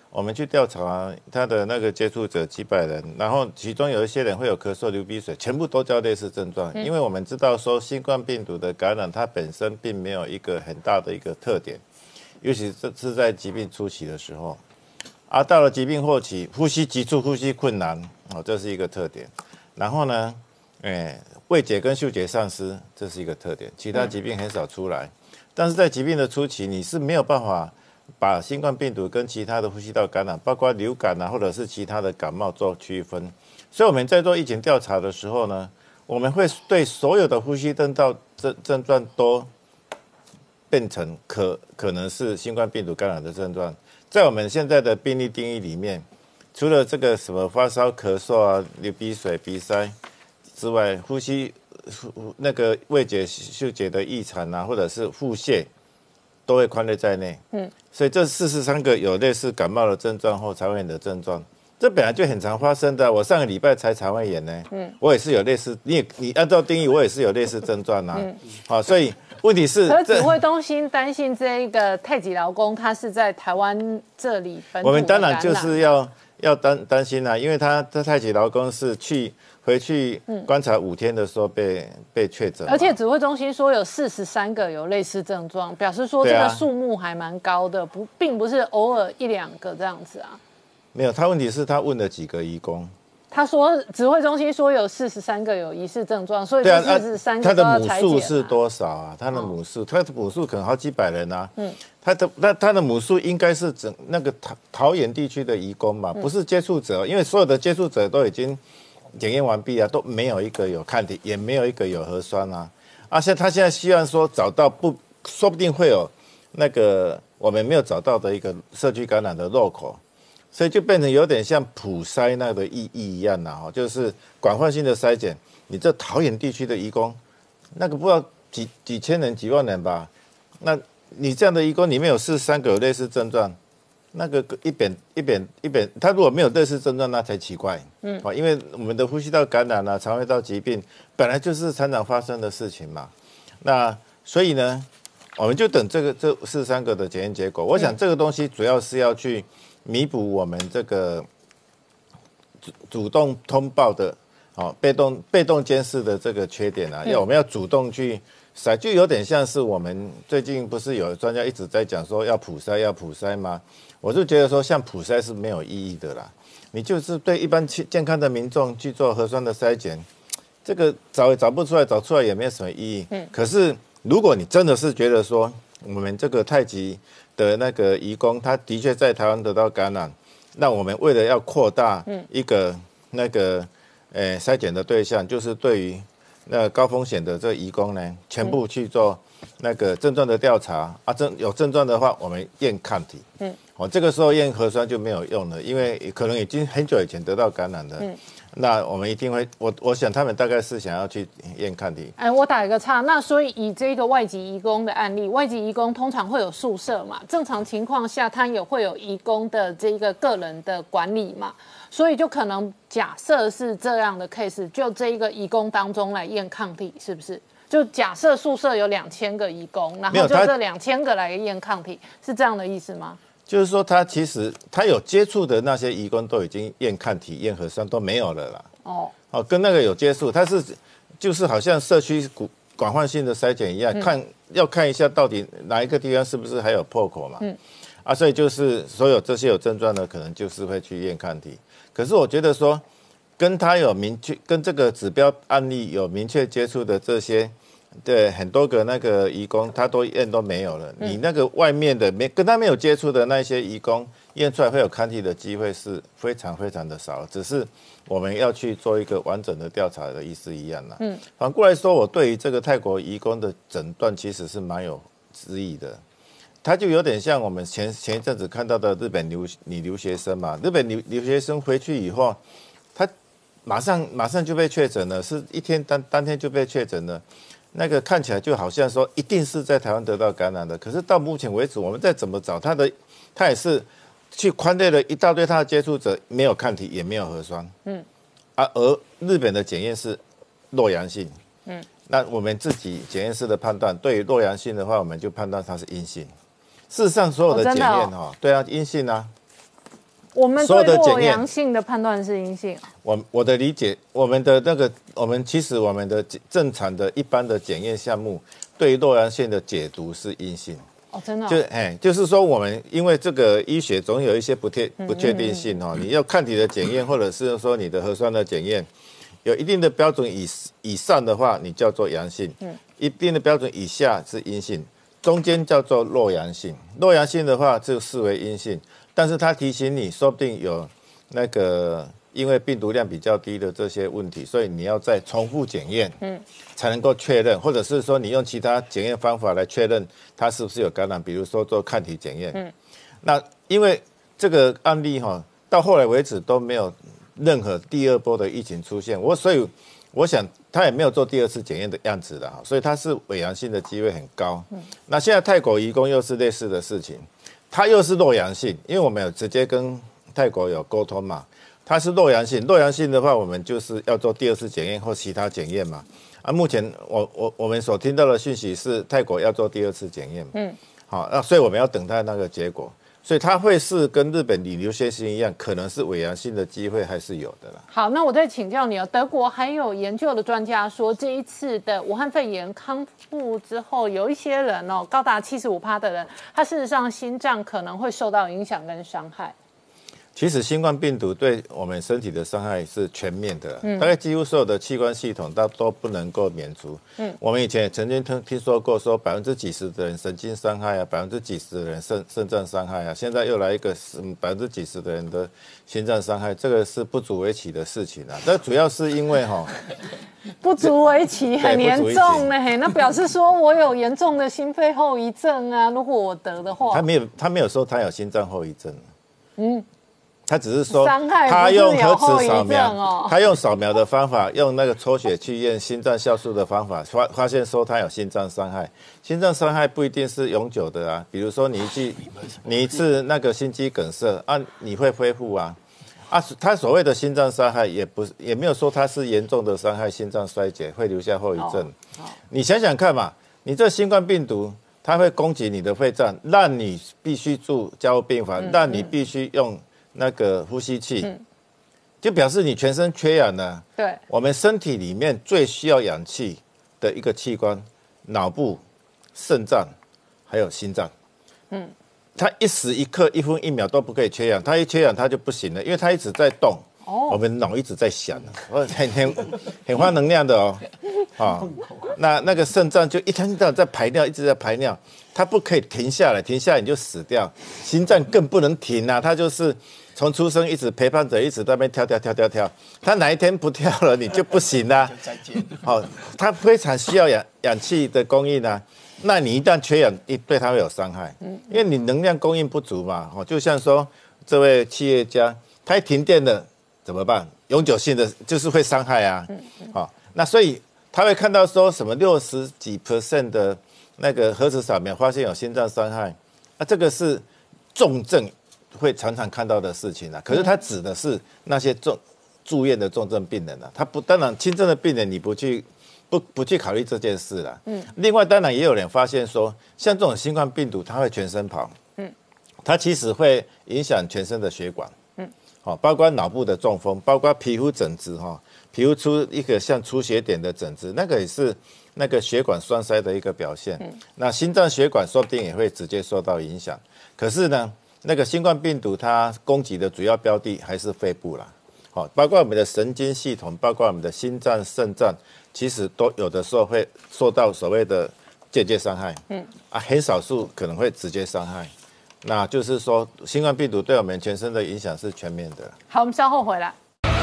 我们去调查他的那个接触者几百人，然后其中有一些人会有咳嗽、流鼻水，全部都叫类似症状。因为我们知道说新冠病毒的感染，它本身并没有一个很大的一个特点，尤其是是在疾病初期的时候。啊，到了疾病后期，呼吸急促、呼吸困难，哦，这是一个特点。然后呢，哎，味觉跟嗅觉丧失，这是一个特点。其他疾病很少出来，嗯、但是在疾病的初期，你是没有办法把新冠病毒跟其他的呼吸道感染，包括流感啊，或者是其他的感冒做区分。所以我们在做疫情调查的时候呢，我们会对所有的呼吸道症症状都变成可可能是新冠病毒感染的症状。在我们现在的病例定义里面，除了这个什么发烧、咳嗽啊、流鼻水、鼻塞之外，呼吸那个味觉、嗅觉的异常啊，或者是腹泻，都会宽列在内。嗯，所以这四十三个有类似感冒的症状或肠胃炎的症状，这本来就很常发生的。我上个礼拜才肠胃炎呢，嗯，我也是有类似，你也你按照定义，我也是有类似症状啊。嗯，好，所以。问题是， 可是指挥中心担心这一个太极劳工，他是在台湾这里本土的感染。 我们当然就是要要担担心啦、啊，因为他这太极劳工是去回去观察五天的时候被、嗯、被确诊， 而且指挥中心说有四十三个有类似症状，表示说这个数目还蛮高的，不并不是偶尔一两个这样子啊。 没有，他问题是他问了几个移工。 他说，指挥中心说有四十三个有疑似症状，所以这四十三个都要裁剪、啊。他的母数是多少啊？他的母数，他的母数可能好几百人啊。嗯，他的那他的母数应该是整那个桃桃园地区的移工嘛，不是接触者，因为所有的接触者都已经检验完毕啊，都没有一个有抗体，也没有一个有核酸啊。而且他现在希望说找到不，说不定会有那个我们没有找到的一个社区感染的漏口。所以就变成有点像普筛那个意义一样啦，就是广泛性的筛检。你这桃园地区的移工，那个不知道几几千人、几万人吧？那你这样的移工里面有四十三个有类似症状，那个一扁一扁一扁，他如果没有类似症状，那才奇怪。嗯，因为我们的呼吸道感染啊、肠胃道疾病本来就是常常发生的事情嘛。那所以呢，我们就等这个这四十三个的检验结果。我想这个东西主要是要去弥补我们这个主主动通报的，哦，被动被动监视的这个缺点啊，要我们要主动去筛，就有点像是我们最近不是有专家一直在讲说要普筛要普筛吗？我就觉得说像普筛是没有意义的啦，你就是对一般健康的民众去做核酸的筛检，这个找也找不出来，找出来也没有什么意义。嗯，可是如果你真的是觉得说我们这个太极的那个移工，他的确在台湾得到感染，那我们为了要扩大一个那个呃筛检的对象，就是对于那个高风险的这个移工呢，全部去做那个症状的调查啊，症有症状的话，我们验抗体。嗯，哦，这个时候验核酸就没有用了，因为可能已经很久以前得到感染了。嗯。那我们一定会，我我想他们大概是想要去验抗体。 哎，我打一个岔，那所以以这个外籍移工的案例，外籍移工通常会有宿舍嘛，正常情况下他也会有移工的这个个人的管理嘛，所以就可能假设是这样的 case， 就这一个移工当中来验抗体，是不是？就假设宿舍有两千个移工，然后就这两千个来验抗体，是这样的意思吗？ 就是说，他其实他有接触的那些移工都已经验抗体、验核酸都没有了啦。哦，哦，跟那个有接触，他是就是好像社区广泛性的筛检一样，嗯、看要看一下到底哪一个地方是不是还有破口嘛。嗯，啊，所以就是所有这些有症状的，可能就是会去验抗体。可是我觉得说，跟他有明确跟这个指标案例有明确接触的这些。对，很多个那个移工，他都验都没有了。嗯、你那个外面的没跟他没有接触的那些移工，验出来会有抗体的机会是非常非常的少。只是我们要去做一个完整的调查的意思一样啦。嗯，反过来说，我对于这个泰国移工的诊断其实是蛮有质疑的。他就有点像我们前前一阵子看到的日本留女留学生嘛，日本留留学生回去以后，他马上马上就被确诊了，是一天当当天就被确诊了。那个看起来就好像说一定是在台湾得到感染的，可是到目前为止，我们再怎么找他的，他也是去宽列了一大堆他的接触者，没有抗体也没有核酸，嗯，啊，而日本的检验是弱阳性，嗯，那我们自己检验室的判断，对于弱阳性的话，我们就判断它是阴性。事实上，所有的检验哈，对啊，阴性啊， 我们对弱阳性的判断是阴性。 我我的理解，我们的那个，我们其实我们的正常的一般的检验项目，对于弱阳性的解读是阴性。 哦，真的、哦。 就哎，就是说我们因为这个医学总有一些不确不确定性哦，你要抗体的检验，或者是说你的核酸的检验，有一定的标准以以上的话，你叫做阳性；嗯，一定的标准以下是阴性，中间叫做弱阳性。弱阳性的话就视为阴性。但是他提醒你，说不定有那个因为病毒量比较低的这些问题，所以你要再重复检验，嗯，才能够确认，或者是说你用其他检验方法来确认它是不是有感染，比如说做抗体检验。嗯，那因为这个案例哈，到后来为止都没有任何第二波的疫情出现，我所以我想他也没有做第二次检验的样子的，所以他是伪阳性的机会很高。嗯，那现在泰国移工又是类似的事情。它又是弱阳性，因为我们有直接跟泰国有沟通嘛，它是弱阳性，弱阳性的话，我们就是要做第二次检验或其他检验嘛。啊，目前我我我们所听到的讯息是泰国要做第二次检验，嗯，好，那所以我们要等待那个结果。所以它会是跟日本李流血性一样，可能是伪阳性的机会还是有的啦。 好，那我再请教你哦，德国还有研究的专家说，这一次的武汉肺炎康复之后，有一些人哦，高达七十五趴的人，他事实上心脏可能会受到影响跟伤害。 其实新冠病毒对我们身体的伤害是全面的，嗯、大概几乎所有的器官系统它都不能够免除。嗯，我们以前也曾经听听说过，说百分之几十的人神经伤害啊，百分之几十的人肾肾脏伤害啊，现在又来一个百分之几十的人的心脏伤害，这个是不足为奇的事情啊。这主要是因为哈， 不足为奇，很严重呢，那表示说我有严重的心肺后遗症啊，如果我得的话， 他没有他没有说他有心脏后遗症，嗯。他只是说， 他用核磁扫描，哦、他用扫描的方法，用那个抽血去验心脏酵素的方法，发发现说他有心脏伤害。心脏伤害不一定是永久的啊，比如说你一次你一次那个心肌梗塞啊，你会恢复啊。啊，他所谓的心脏伤害也不是，也没有说他是严重的伤害，心脏衰竭会留下后遗症。哦哦、你想想看嘛，你这新冠病毒它会攻击你的肺脏，让你必须住加护病房，嗯、让你必须用。那个呼吸器，嗯、就表示你全身缺氧了。 对， 我们身体里面最需要氧气的一个器官，脑部、肾脏还有心脏。嗯，它一时一刻、一分一秒都不可以缺氧，它一缺氧它就不行了，因为它一直在动。哦，我们脑一直在想，很很很花能量的哦。啊、哦，那那个肾脏就一天到晚在排尿，一直在排尿，它不可以停下来，停下来你就死掉。心脏更不能停啊，它就是从出生一直陪伴着，一直在那边跳跳跳跳跳。它哪一天不跳了，你就不行啦、啊。再见。好、哦，它非常需要氧氧气的供应啊。那你一旦缺氧，一对它会有伤害，因为你能量供应不足嘛。哦，就像说这位企业家，他一停电了怎么办？永久性的就是会伤害啊。好、哦，那所以。他会看到说什么六十几 percent 的那个核磁扫描发现有心脏伤害，啊，这个是重症会常常看到的事情啊。可是他指的是那些重住院的重症病人啊，他不当然轻症的病人你不去不不去考虑这件事啦。嗯。另外，当然也有人发现说，像这种新冠病毒，它会全身跑，嗯，它其实会影响全身的血管，嗯，好，包括脑部的中风，包括皮肤疹子哈。皮肤出一个像出血点的疹子，那个也是那个血管栓塞的一个表现。嗯、那心脏血管说不定也会直接受到影响。可是呢，那个新冠病毒它攻击的主要标的还是肺部啦。好、哦，包括我们的神经系统，包括我们的心脏、肾脏，其实都有的时候会受到所谓的间接伤害。嗯，啊，很少数可能会直接伤害。那就是说，新冠病毒对我们全身的影响是全面的。 好，我们稍后回来。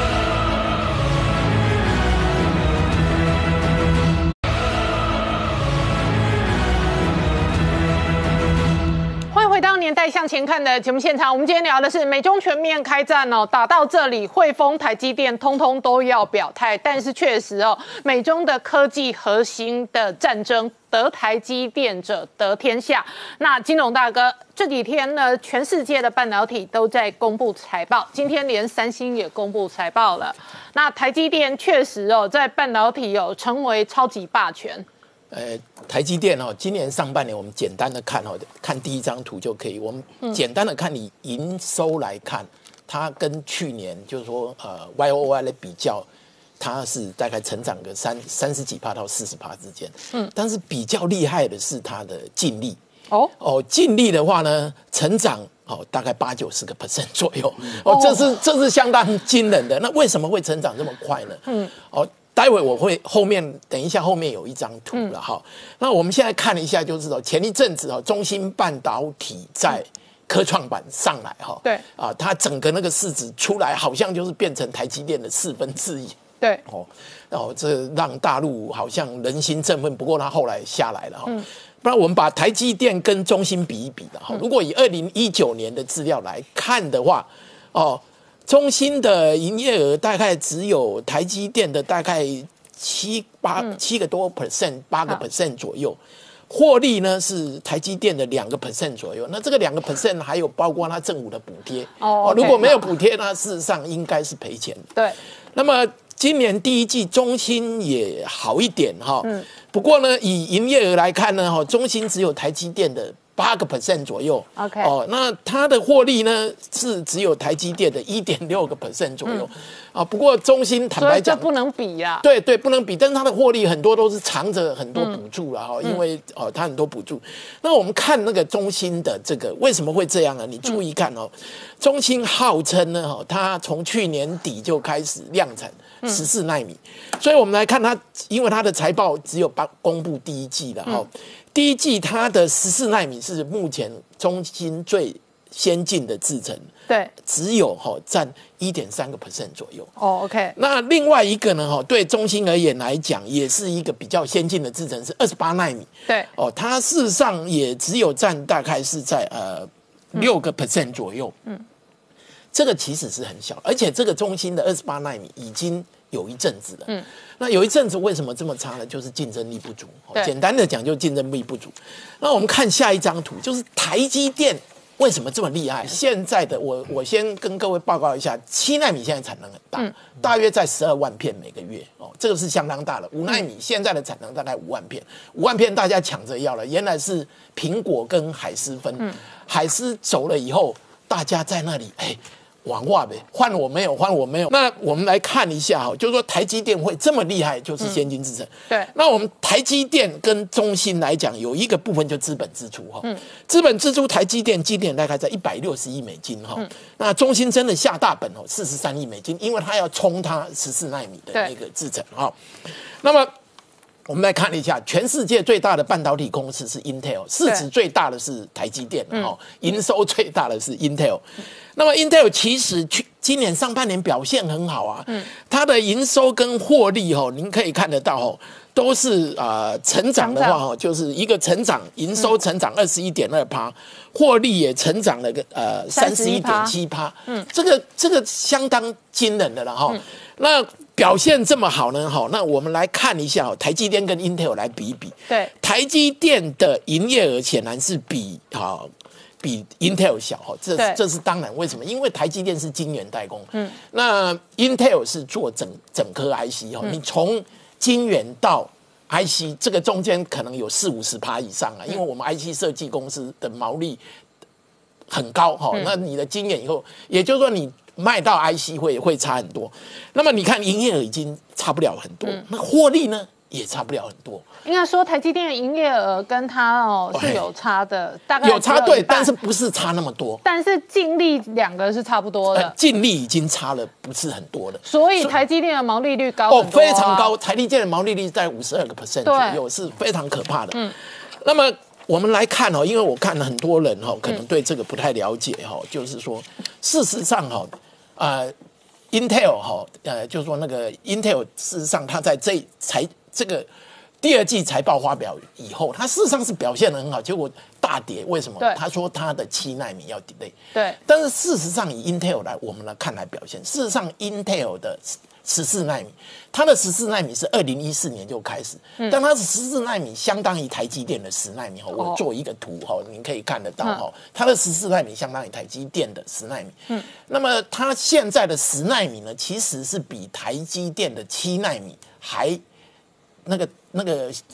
回到年代向前看的节目现场，我们今天聊的是美中全面开战哦，打到这里，汇丰、台积电通通都要表态，但是确实哦，美中的科技核心的战争，得台积电者得天下。那金融大哥这几天呢，全世界的半导体都在公布财报，今天连三星也公布财报了。那台积电确实哦，在半导体有成为超级霸权。 呃，台积电哦，今年上半年我们简单的看哦，看第一张图就可以。我们简单的看以营收来看， 它跟去年就是说呃 Y O Y 的比较，它是大概成长个三三十几趴到四十趴之间。嗯，但是比较厉害的是它的净利。哦哦，净利的话呢，成长哦大概八九十个 percent 左右。哦，这是这是相当惊人的。那为什么会成长这么快呢？嗯，哦。待会我会后面等一下后面有一张图了哈、嗯，那我们现在看一下就知道，前一阵子哦，中芯半导体在科创板上来哈， 对啊，它整个那个市值出来，好像就是变成台积电的四分之一， 对哦，哦，这让大陆好像人心振奋，不过它后来下来了哈。嗯，不然我们把台积电跟中芯比一比的哈，如果以二零一九年的资料来看的话，哦。中芯的营业额大概只有台积电的大概七八七个多 percent， 八个 percent 左右，获利呢是台积电的两个 percent 左右。那这个两个 percent 还有包括它政府的补贴哦， okay, 如果没有补贴，那事实上应该是赔钱。 对， 那么今年第一季中芯也好一点哈，嗯，不过呢，以营业额来看呢，哈，中芯只有台积电的八个 percent 左右 ，OK， 哦，那它的获利呢是只有台积电的一点六个 percent 左右，嗯、啊，不过中芯坦白讲， 不能比呀、啊， 对对，不能比，但是它的获利很多都是藏着很多补助了哈、嗯，因为哦，它很多补助。那我们看那个中芯的这个为什么会这样呢？你注意看哦，中芯号称呢，哈，它从去年底就开始量产十四奈米，所以我们来看它，因为它的财报只有公布第一季了哈。嗯第一季它的十四奈米是目前中芯最先进的制程， 对， 只有哈占一点三个 percent 左右。 哦 ，OK。那另外一个呢，哈，对中芯而言来讲，也是一个比较先进的制程，是二十八奈米。 对， 哦，它事实上也只有占大概是在呃六个 percent 左右。嗯，这个其实是很小，而且这个中芯的二十八奈米已经有一阵子了。嗯。那有一阵子为什么这么差呢？就是竞争力不足。简单的讲，就竞争力不足。那我们看下一张图，就是台积电为什么这么厉害？现在的我，我先跟各位报告一下，七奈米现在产能很大，嗯、大约在十二万片每个月哦，这个是相当大的。五奈米现在的产能大概五万片，五万片大家抢着要了。原来是苹果跟海思分，嗯、海思走了以后，大家在那里哎。玩话呗，换我没有，换我没有。那我们来看一下哈，就是说台积电会这么厉害，就是先进制程。 嗯、对。 那我们台积电跟中芯来讲，有一个部分就资本支出哈。嗯。资本支出台积电今年大概在一百六十亿美金哈。嗯。那中芯真的下大本哦，四十三亿美金，因为它要冲它十四奈米的那个制程哈。那么。我们来看一下，全世界最大的半导体公司是 Intel， 市值最大的是台积电，哦，营收最大的是 Intel。那么 Intel 其实去今年上半年表现很好啊，嗯，它的营收跟获利哦，您可以看得到哦，都是啊、呃、成长的话哦，就是一个成长，营收成长二十一点二趴，获利也成长了个呃三十一点七趴，嗯，这个这个相当惊人的了哈、嗯。那表现这么好呢？哈，那我们来看一下台积电跟 Intel 来比一比。 对， 台积电的营业额显然是比啊比 Intel 小哈，这这是当然。为什么？因为台积电是晶圆代工，嗯，那 Intel 是做整整颗 I C 哈、嗯，你从晶圆到 I C 这个中间可能有四五十趴以上啊，因为我们 I C 设计公司的毛利很高哈、嗯，那你的晶圆以后，也就是说你。卖到 I C 会会差很多，那么你看营业额已经差不了很多，嗯、那获利呢也差不了很多。 应该说台积电的营业额跟它哦是有差的，大概有差对，但是不是差那么多。 但是净利两个是差不多的， 净、呃、利已经差了不是很多了。 所以台积电的毛利率高哦，非常高，台积电的毛利率在五十二个 percent 左右，是非常可怕的。嗯，那么。我们来看哦，因为我看了很多人哈，可能对这个不太了解哈，就是说，事实上哈，呃 ，Intel 哈，呃，就是说那个 Intel， 事实上它在这财这个第二季财报发表以后，它事实上是表现得很好，结果大跌，为什么？他说他的七奈米要 delay， 对， 但是事实上以 Intel 来我们来看来表现，事实上 Intel 的十四奈米，它的十四奈米是二零一四年就开始，嗯、但它的十四奈米相当于台积电的十奈米哈，我做一个图哈，您可以看得到哈，它的十四奈米相当于台积电的十奈米，嗯，那么它现在的十奈米呢，其实是比台积电的七奈米还那个那个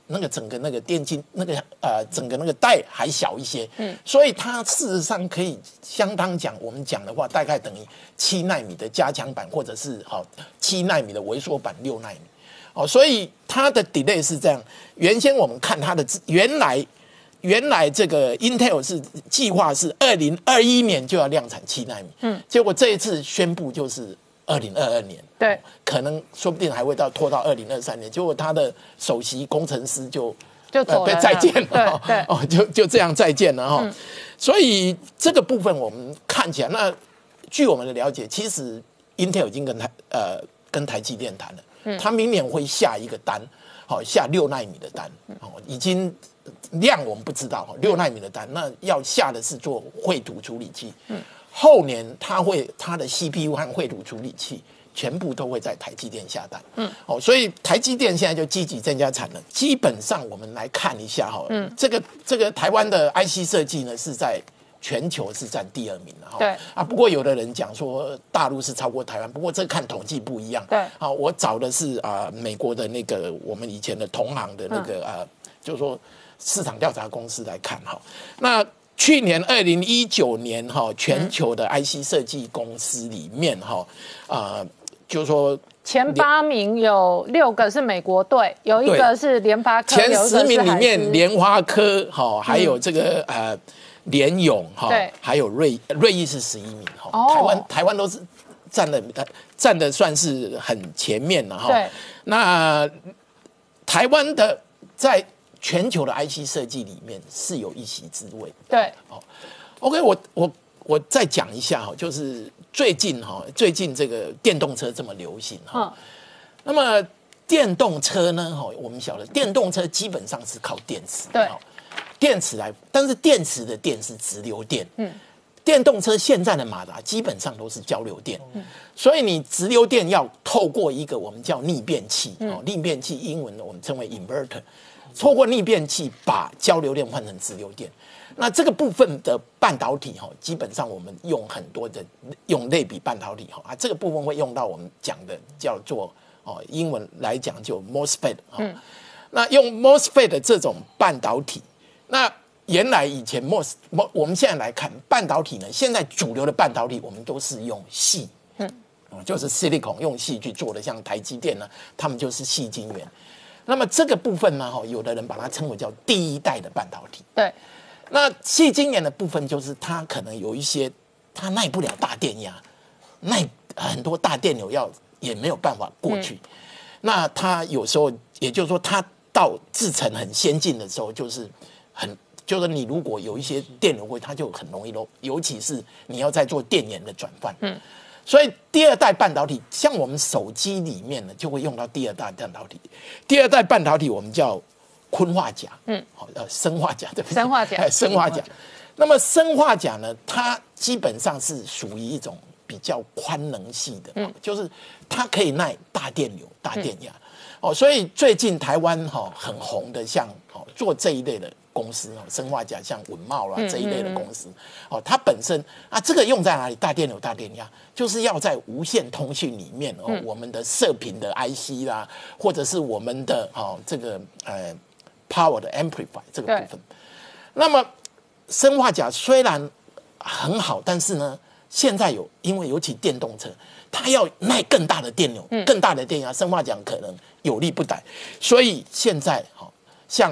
那个整个那个电晶那个呃整个那个带还小一些，嗯，所以它事实上可以相当讲，我们讲的话大概等于七奈米的加强版，或者是好七奈米的微缩版六奈米，哦，所以它的 delay 是这样。原先我们看它的原来原来这个 Intel 是计划是二零二一年就要量产七奈米，嗯，结果这一次宣布就是二零二二年， 对、 哦，可能说不定还会到拖到二零二三年。结果他的首席工程师就就走了、 呃、再见了， 对对， 哦，就就这样再见了哈、哦嗯。所以这个部分我们看起来，那据我们的了解，其实 Intel 已经跟台呃跟台积电谈了，嗯，他明年会下一个单，好、哦、下六奈米的单，哦，已经量我们不知道，六奈米的单，那要下的是做绘图处理器，嗯。后年它会它的 C P U 和绘图处理器全部都会在台积电下单，嗯，哦，所以台积电现在就积极增加产能。基本上我们来看一下哈，嗯，这个这个台湾的 I C 设计呢是在全球是占第二名的哈， 对啊，不过有的人讲说大陆是超过台湾，不过这看统计不一样， 对， 啊，我找的是啊、呃、美国的那个我们以前的同行的那个、嗯、呃，就是说市场调查公司来看哈，那。去年二零一九年哈，全球的 I C 设计公司里面哈，啊、呃，就是说前八名有六个是美国队，有一个是联发科， 前十名里面联发科哈，还有这个、嗯、呃联咏哈，还有瑞瑞昱是十一名哈、哦，台湾台湾都是占的占的算是很前面了哈。对，那台湾的在。全球的 I C 设计里面是有一席之位。 对， 哦 ，OK， 我我我再讲一下哈，就是最近哈，最近这个电动车这么流行哈、嗯，那么电动车呢哈，我们晓得电动车基本上是靠电池， 对， 电池来，但是电池的电是直流电，嗯，电动车现在的马达基本上都是交流电，嗯，所以你直流电要透过一个我们叫逆变器，哦，逆变器英文我们称为 inverter。透过逆变器把交流电换成直流电，那这个部分的半导体哈，基本上我们用很多的用类比半导体哈啊，这个部分会用到我们讲的叫做哦，英文来讲就 MOSFET 哈、嗯。那用 MOSFET 的这种半导体，那原来以前 MOS， 我们现在来看半导体呢，现在主流的半导体我们都是用矽，嗯，就是 silicon 用矽去做的，像台积电呢，他们就是矽晶圆。那么这个部分呢，有的人把它称为叫第一代的半导体。 对， 那矽晶圆的部分就是它可能有一些它耐不了大电压，耐很多大电流要也没有办法过去。嗯、那它有时候，也就是说，它到制程很先进的时候，就是很就是你如果有一些电流会，它就很容易漏，尤其是你要在做电源的转换。嗯。所以第二代半导体，像我们手机里面呢，就会用到第二代半导体。第二代半导体我们叫砷化钾，嗯，好，呃，砷化钾，对不对？ 砷化钾， 哎，砷化钾。那么砷化钾呢，它基本上是属于一种比较宽能系的，嗯，就是它可以耐大电流、大电压。嗯、哦，所以最近台湾哈、哦、很红的，像哦做这一类的。公司哦，砷化钾像文茂啦这一类的公司，哦，它本身啊，这个用在哪里？大电流、大电压，就是要在无线通讯里面哦，我们的射频的 I C 啦，或者是我们的哦这个呃 power 的 amplify 这个部分。那么砷化钾虽然很好，但是呢，现在有因为尤其电动车，它要耐更大的电流、更大的电压，砷化钾可能有利不逮，所以现在哦，像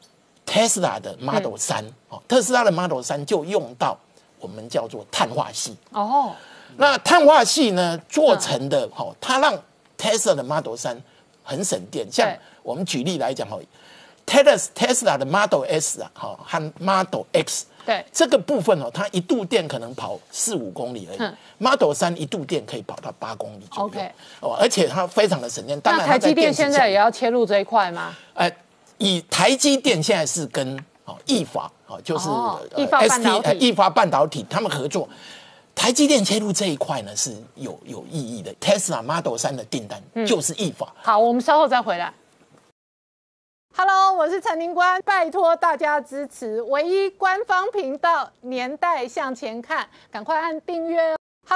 Tesla 的 Model 三、嗯，哦，特斯拉的 Model 三就用到我们叫做碳化矽。哦，那碳化矽呢做成的，哦，它让 Tesla 的 Model 三很省电。像我们举例来讲，哦 ，Tesla 的 Model S 啊，哈，和 Model X， 对， 这个部分哦，它一度电可能跑四五公里而已。嗯、Model 三一度电可以跑到八公里左右。OK， 哦，而且它非常的省电。当然， 那台积电现在也要切入这一块吗？ 哎。以台积电现在是跟哦意法哦，就是 S T 呃意法半导体他们合作，台积电切入这一块呢是有有意义的。Tesla Model 三的订单就是意法、 嗯。好，我们稍后再回来。Hello， 我是陈宁官，拜托大家支持唯一官方频道《年代向前看》，赶快按订阅哦。Hello，我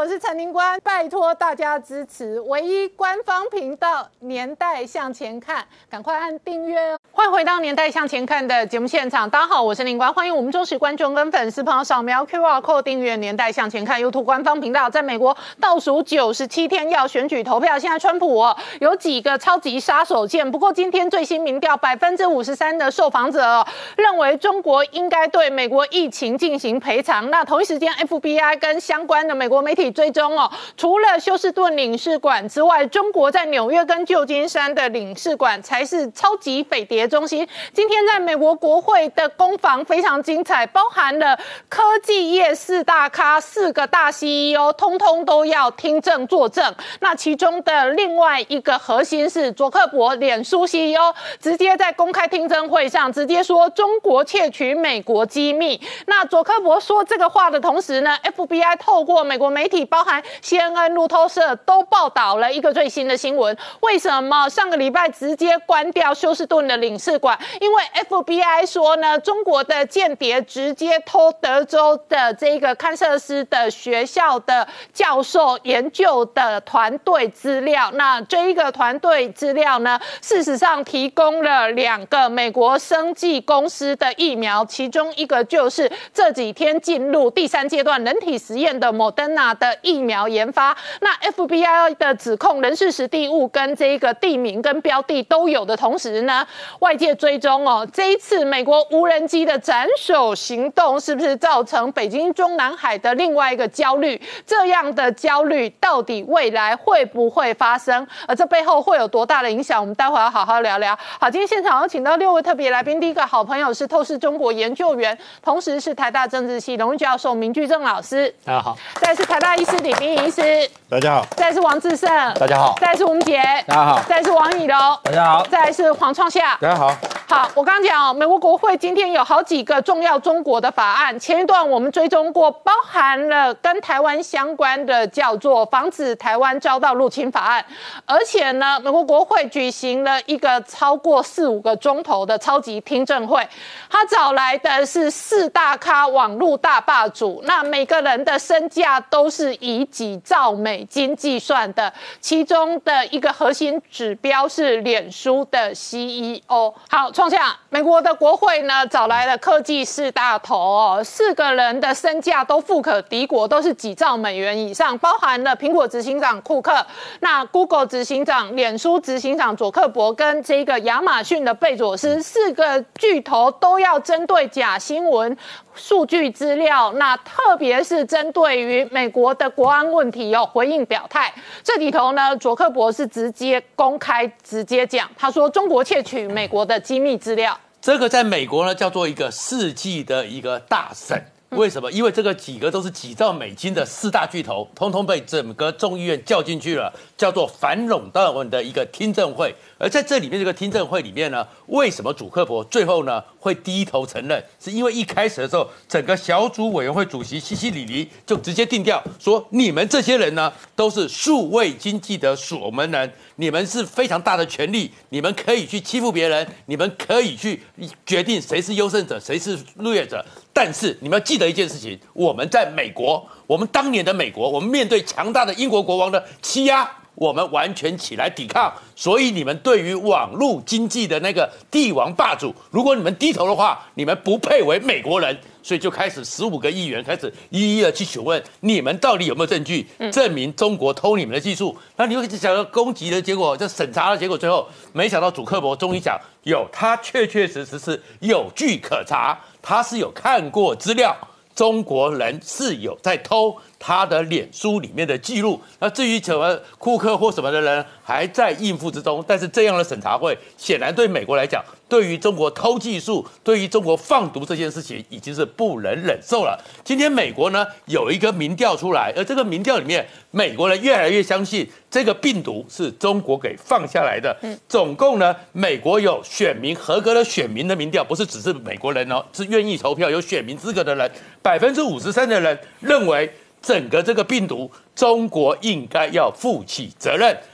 我是陈宁官，拜托大家支持唯一官方频道《年代向前看》，赶快按订阅哦！欢迎回到《年代向前看》的节目现场，大家好，我是宁官，欢迎我们忠实观众跟粉丝朋友扫描 Q R code 订阅《年代向前看》YouTube 官方频道。在美国倒数九十七天要选举投票，现在川普哦有几个超级杀手锏，不过今天最新民调，百分之五十三的受访者哦认为中国应该对美国疫情进行赔偿。那同一时间 ，F B I 跟相关的美国媒体追踪哦，除了休斯顿领事馆之外，中国在纽约跟旧金山的领事馆才是超级匪谍中心。今天在美国国会的攻防非常精彩，包含了科技业四大咖、四个大 C E O， 通通都要听证作证。那其中的另外一个核心是佐克伯，脸书 C E O， 直接在公开听证会上直接说中国窃取美国机密。那佐克伯说这个话的同时呢 ，F B I 透过美国媒体，包含 C N N、路透社都报道了一个最新的新闻。为什么上个礼拜直接关掉休斯顿的领事馆？因为 F B I 说呢，中国的间谍直接偷德州的这个堪萨斯的学校的教授研究的团队资料。那这一个团队资料呢，事实上提供了两个美国生技公司的疫苗，其中一个就是这几天进入第三阶段人体实验的莫德纳的疫苗研发。那 F B I 的指控人事实地物跟这个地名跟标的都有的同时呢，外界追踪哦，这一次美国无人机的斩首行动是不是造成北京中南海的另外一个焦虑？这样的焦虑到底未来会不会发生？而这背后会有多大的影响？我们待会要好好聊聊。好，今天现场有请到六位特别来宾，第一个好朋友是透视中国研究员，同时是台大政治系荣誉教授明居正老师， 大家好； 再来是台大医师李冰医师， 大家好； 再来是王志胜， 大家好； 再来是吴杰， 大家好； 再来是王以柔， 大家好； 再来是黄创夏， 大家好。 好，我刚刚讲哦，美国国会今天有好几个重要中国的法案，前一段我们追踪过，包含了跟台湾相关的叫做防止台湾遭到入侵法案，而且呢，美国国会举行了一个超过四五个钟头的超级听证会，他找来的是四大咖网络大霸主，那每个人的身价都是以几兆美金计算的，其中的一个核心指标是脸书的 C E O。好，创下美国的国会呢找来了科技四大头哦，四个人的身价都富可敌国，都是几兆美元以上，包含了苹果执行长库克，那 Google 执行长、脸书执行长佐克伯跟这个亚马逊的贝佐斯，四个巨头都要针对假新闻、数据资料，那特别是针对于美国的国安问题有回应表态。这里头呢，佐克伯是直接公开直接讲，他说中国窃取美国的机密资料， 这个在美国呢叫做一个世纪的一个大审。为什么？因为这个几个都是几兆美金的四大巨头，通通被整个众议院叫进去了，叫做反垄断的一个听证会。而在这里面这个听证会里面呢，为什么祖克伯最后呢会低头承认？是因为一开始的时候，整个小组委员会主席西西里尼就直接定调说，你们这些人呢都是数位经济的守门人，你们是非常大的权力，你们可以去欺负别人，你们可以去决定谁是优胜者，谁是劣者。但是你们要记得一件事情，我们在美国，我们当年的美国，我们面对强大的英国国王的欺压，我们完全起来抵抗。所以你们对于网络经济的那个帝王霸主，如果你们低头的话，你们不配为美国人。所以就开始十五个议员开始一一的去询问你们到底有没有证据证明中国偷你们的技术。那你会想到攻击的结果，就审查的结果，最后没想到祖克伯终于讲有，他确确实实是有据可查，他是有看过资料，中国人是有在偷他的脸书里面的记录。那至于什么库克或什么的人还在应付之中，但是这样的审查会显然对美国来讲，对于中国偷技术、对于中国放毒这件事情已经是不能忍受了。今天美国呢有一个民调出来，而这个民调里面，美国人越来越相信这个病毒是中国给放下来的。嗯，总共呢，美国有选民合格的选民的民调，不是只是美国人哦，是愿意投票有选民资格的人，百分之五十三的人认为整个这个病毒，中国应该要负起责任。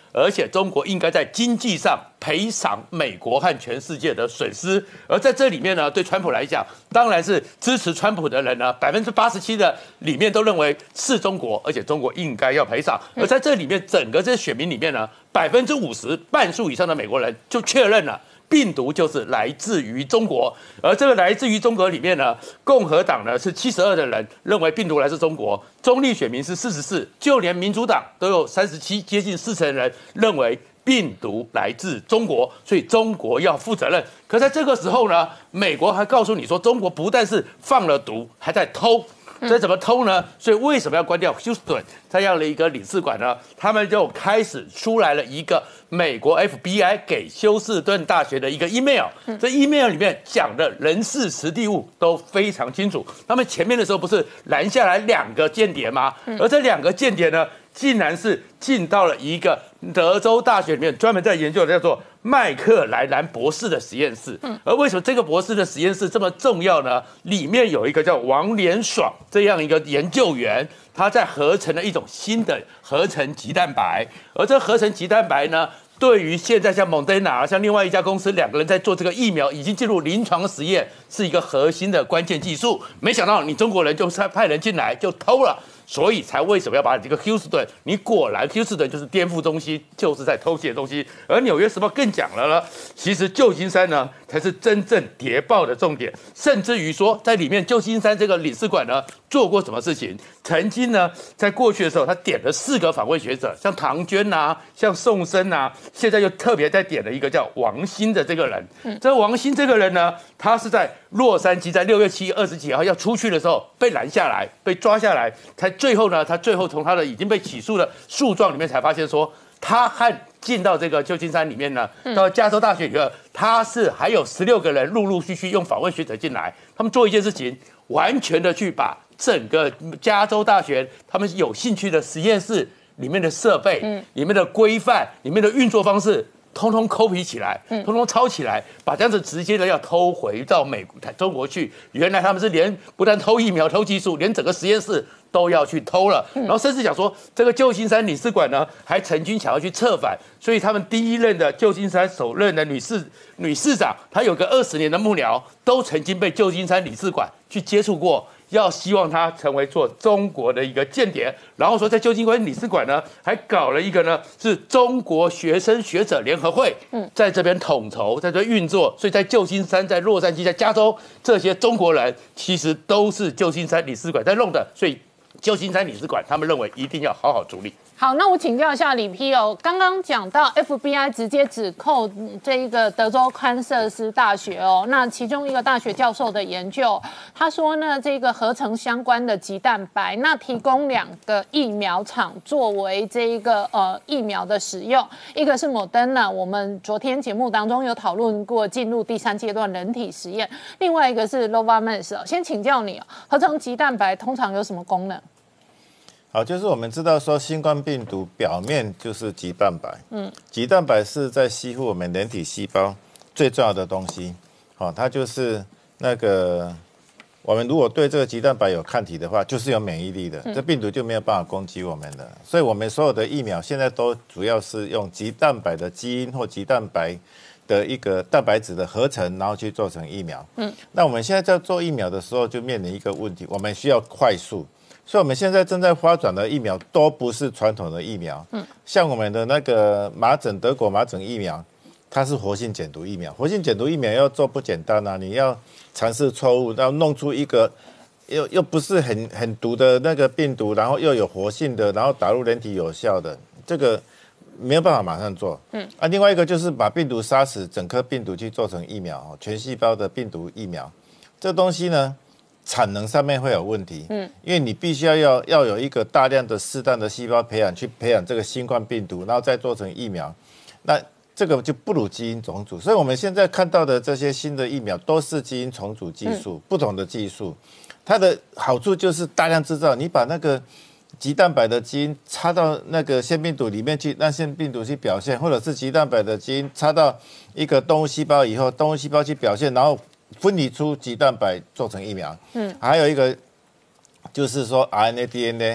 而且中国应该在经济上赔偿美国和全世界的损失。而在这里面呢，对川普来讲，当然是支持川普的人呢，百分之八十七的里面都认为是中国，而且中国应该要赔偿。而在这里面，整个这些选民里面呢，百分之五十半数以上的美国人就确认了。病毒就是来自于中国，而这个来自于中国里面呢，共和党呢是七十二的人认为病毒来自中国，中立选民是四十四，就连民主党都有三十七，接近四成的人认为病毒来自中国，所以中国要负责任。可在这个时候呢，美国还告诉你说，中国不但是放了毒，还在偷。这怎么偷呢？所以为什么要关掉休斯顿这样的一个领事馆呢？他们就开始出来了一个美国 F B I 给休斯顿大学的一个 email， 这 email 里面讲的人事实地物都非常清楚。他们前面的时候不是拦下来两个间谍吗？而这两个间谍呢，竟然是进到了一个德州大学里面专门在研究的叫做麦克莱兰博士的实验室。而为什么这个博士的实验室这么重要呢？里面有一个叫王连爽这样一个研究员，他在合成了一种新的合成鸡蛋白。而这合成鸡蛋白呢，对于现在像蒙德纳、像另外一家公司两个人在做这个疫苗，已经进入临床实验，是一个核心的关键技术。没想到你中国人就派人进来就偷了。所以才为什么要把你这个休斯顿？你果然休斯顿就是颠覆中心，就是在偷窃东西。而纽约时报更讲了呢，其实旧金山呢才是真正谍报的重点，甚至于说在里面旧金山这个领事馆呢做过什么事情？曾经呢在过去的时候，他点了四个访问学者，像唐娟呐、啊，像宋生呐、啊，现在又特别再点了一个叫王兴的这个人。嗯、这王兴这个人呢，他是在洛杉矶，在六月七日二十几号要出去的时候被拦下来，被抓下来，才。最后呢，他最后从他的已经被起诉的诉状里面才发现说，他和进到这个旧金山里面呢，到加州大学里面，他是还有十六个人陆陆续续用访问学者进来，他们做一件事情，完全的去把整个加州大学他们有兴趣的实验室里面的设备、嗯、里面的规范、里面的运作方式。通通 copy 起来，通通抄起来，把这样子直接的要偷回到美国、中国去。原来他们是连不但偷疫苗、偷技术，连整个实验室都要去偷了。然后甚至讲说，这个旧金山领事馆呢，还曾经想要去策反，所以他们第一任的旧金山首任的女士女市长，她有个二十年的幕僚，都曾经被旧金山领事馆去接触过。要希望他成为做中国的一个间谍，然后说在旧金山领事馆呢，还搞了一个呢是中国学生学者联合会，在这边统筹，在这边运作，所以在旧金山、在洛杉矶、在加州，这些中国人其实都是旧金山领事馆在弄的，所以旧金山领事馆他们认为一定要好好处理。 好，那我请教一下李丕哦，刚刚讲到 F B I 直接指控这一个德州堪萨斯大学哦，那其中一个大学教授的研究，他说呢，这个合成相关的鸡蛋白，那提供两个疫苗厂作为这一个呃疫苗的使用，一个是 Moderna， 我们昨天节目当中有讨论过进入第三阶段人体实验，另外一个是 Novavax 哦，先请教你哦，合成鸡蛋白通常有什么功能？ 好，就是我们知道说，新冠病毒表面就是棘蛋白，嗯，棘蛋白是在吸附我们人体细胞最重要的东西，好，它就是那个我们如果对这个棘蛋白有抗体的话，就是有免疫力的，这病毒就没有办法攻击我们的。所以我们所有的疫苗现在都主要是用棘蛋白的基因或棘蛋白的一个蛋白质的合成，然后去做成疫苗。嗯，那我们现在在做疫苗的时候，就面临一个问题，我们需要快速。所以我们现在正在发展的疫苗都不是传统的疫苗，嗯，像我们的那个麻疹德国麻疹疫苗，它是活性减毒疫苗，活性减毒疫苗要做不简单啊，你要尝试错误，然后弄出一个又又不是很很毒的那个病毒，然后又有活性的，然后打入人体有效的，这个没有办法马上做，嗯，啊，另外一个就是把病毒杀死，整颗病毒去做成疫苗，全细胞的病毒疫苗，这东西呢，产能上面会有问题，嗯，因为你必须要要要有一个大量的适当的细胞培养，去培养这个新冠病毒，然后再做成疫苗，那这个就不如基因重组。所以我们现在看到的这些新的疫苗都是基因重组技术，不同的技术，它的好处就是大量制造，你把那个棘蛋白的基因插到那个腺病毒里面去，让腺病毒去表现，或者是棘蛋白的基因插到一个动物细胞以后，动物细胞去表现，然后分离出棘蛋白做成疫苗。嗯，还有一个就是说 R N A、D N A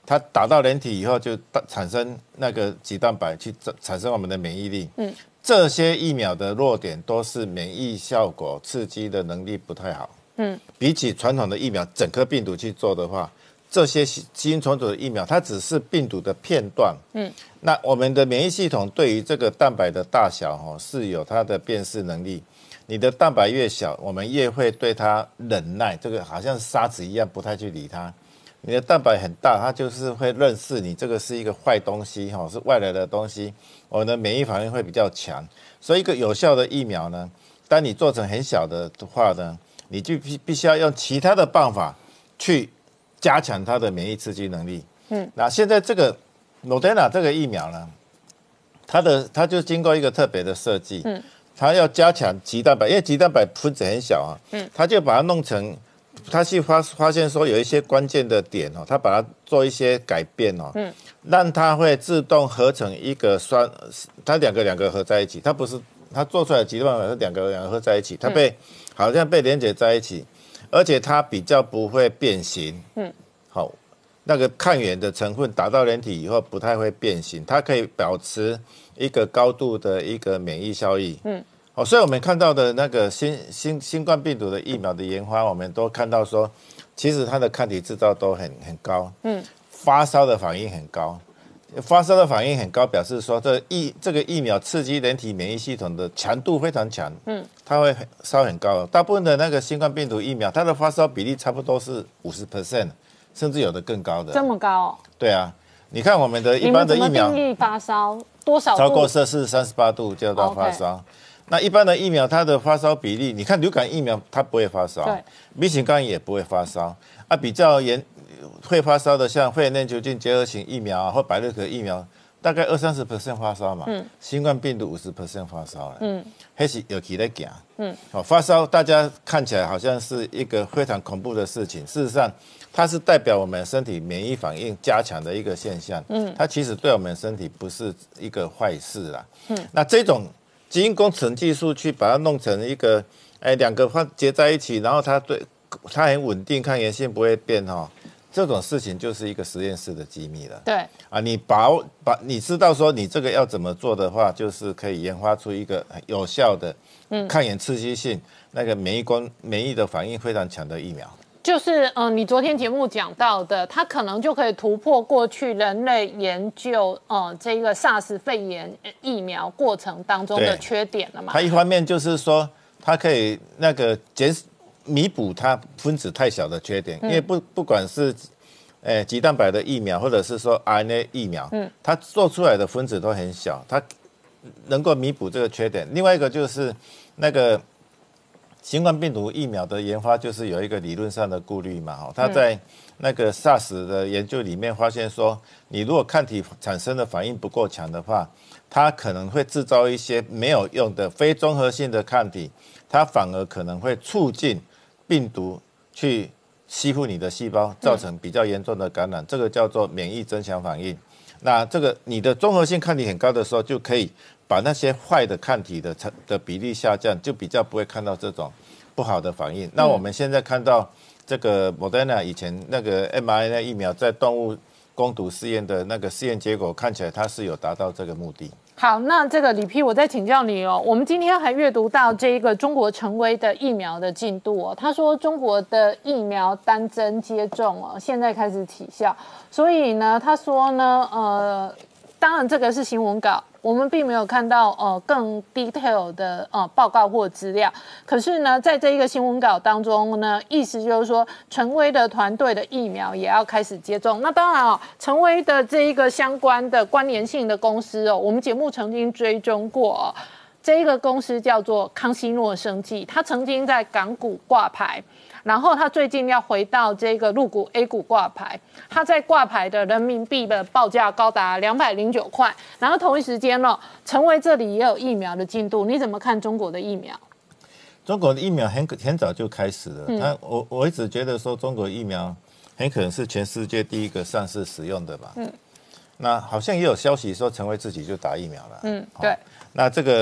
它打到人体以后就产生那个棘蛋白去产生我们的免疫力。嗯，这些疫苗的弱点都是免疫效果刺激的能力不太好。嗯，比起传统的疫苗，整颗病毒去做的话，这些基因重组的疫苗，它只是病毒的片段。嗯，那我们的免疫系统对于这个蛋白的大小哈是有它的辨识能力。你的蛋白越小，我们越会对它忍耐，这个好像沙子一样，不太去理它。你的蛋白很大，它就是会认识你这个是一个坏东西哈，是外来的东西，我们的免疫反应会比较强。所以一个有效的疫苗呢，当你做成很小的话呢，你就必必须要用其他的办法去加强它的免疫刺激能力。嗯，那现在这个 Moderna 这个疫苗呢，它的它就经过一个特别的设计，嗯，它要加强棘蛋白，因为棘蛋白分子很小啊，嗯，它就把它弄成，它去发发现说有一些关键的点哦，它把它做一些改变哦，嗯，让它会自动合成一个酸，它两个两个合在一起，它不是它做出来的棘蛋白是两个两个合在一起，它被、嗯、好像被连接在一起。而且它比较不会变形，嗯，好，那个抗原的成分打到人体以后不太会变形，它可以保持一个高度的一个免疫效益，嗯，好，所以我们看到的那个新新新冠病毒的疫苗的研发，我们都看到说，其实它的抗体制造都很很高，嗯，发烧的反应很高。发烧的反应很高，表示说这疫这个疫苗刺激人体免疫系统的强度非常强，嗯，它会烧很高。大部分的那个新冠病毒疫苗，它的发烧比例差不多是五十 percent， 甚至有的更高的。 这么高、哦？对啊，你看我们的一般的疫苗， 你们怎么定义发烧多少度？ 超过摄氏三十八度就叫发烧。Okay. 那一般的疫苗，它的发烧比例，你看流感疫苗它不会发烧，对 ，B 型肝炎也不会发烧，啊，比较严。会发烧的，像肺炎链球菌结合型疫苗啊，或百日咳疫苗，大概二三十 percent 发烧嘛。嗯。新冠病毒五十 percent 发烧了。嗯。还是有起来讲。嗯。好，发烧大家看起来好像是一个非常恐怖的事情，事实上，它是代表我们身体免疫反应加强的一个现象。嗯。它其实对我们身体不是一个坏事啦。嗯。那这种基因工程技术去把它弄成一个，哎，两个放结在一起，然后它对它很稳定，抗原性不会变哈。这种事情就是一个实验室的机密了。 对啊，你把把你知道说你这个要怎么做的话，就是可以研发出一个有效的、抗原刺激性、嗯、那个免疫光免疫的反应非常强的疫苗。 就是呃，你昨天节目讲到的，它可能就可以突破过去人类研究呃这个 SARS 肺炎疫苗过程当中的缺点了嘛？ 它一方面就是说，它可以那个减弥补它分子太小的缺点，因为不不管是，诶棘蛋白的疫苗，或者是说 R N A 疫苗，嗯，它做出来的分子都很小，它能够弥补这个缺点。另外一个就是那个新冠病毒疫苗的研发，就是有一个理论上的顾虑嘛，哈，它在那个 SARS 的研究里面发现说，你如果抗体产生的反应不够强的话，它可能会制造一些没有用的非综合性的抗体，它反而可能会促进病毒去吸附你的细胞，造成比较严重的感染，这个叫做免疫增强反应。那这个你的综合性抗体很高的时候，就可以把那些坏的抗体的的比例下降，就比较不会看到这种不好的反应。那我们现在看到这个 Moderna 以前那个 M R N A 疫苗在动物攻毒试验的那个试验结果，看起来它是有达到这个目的。 好，那这个李批，我再请教你哦。我们今天还阅读到这个中国成威的疫苗的进度哦。他说中国的疫苗单针接种哦，现在开始起效。所以呢，他说呢，呃，当然这个是新闻稿，我们并没有看到呃更 detail 的呃报告或资料。可是呢，在这一个新闻稿当中呢，意思就是说，成威的团队的疫苗也要开始接种。那当然哦，成威的这一个相关的关联性的公司哦，我们节目曾经追踪过哦。这一个公司叫做康希诺生技，它曾经在港股挂牌。然后他最近要回到这个陆股 A 股挂牌，他在挂牌的人民币的报价高达两百零九块。然后同一时间呢，成威这里也有疫苗的进度，你怎么看中国的疫苗？ 中国的疫苗很很早就开始了，嗯、他我我一直觉得说中国疫苗很可能是全世界第一个上市使用的吧。嗯，那好像也有消息说成威自己就打疫苗了。嗯，对。那这个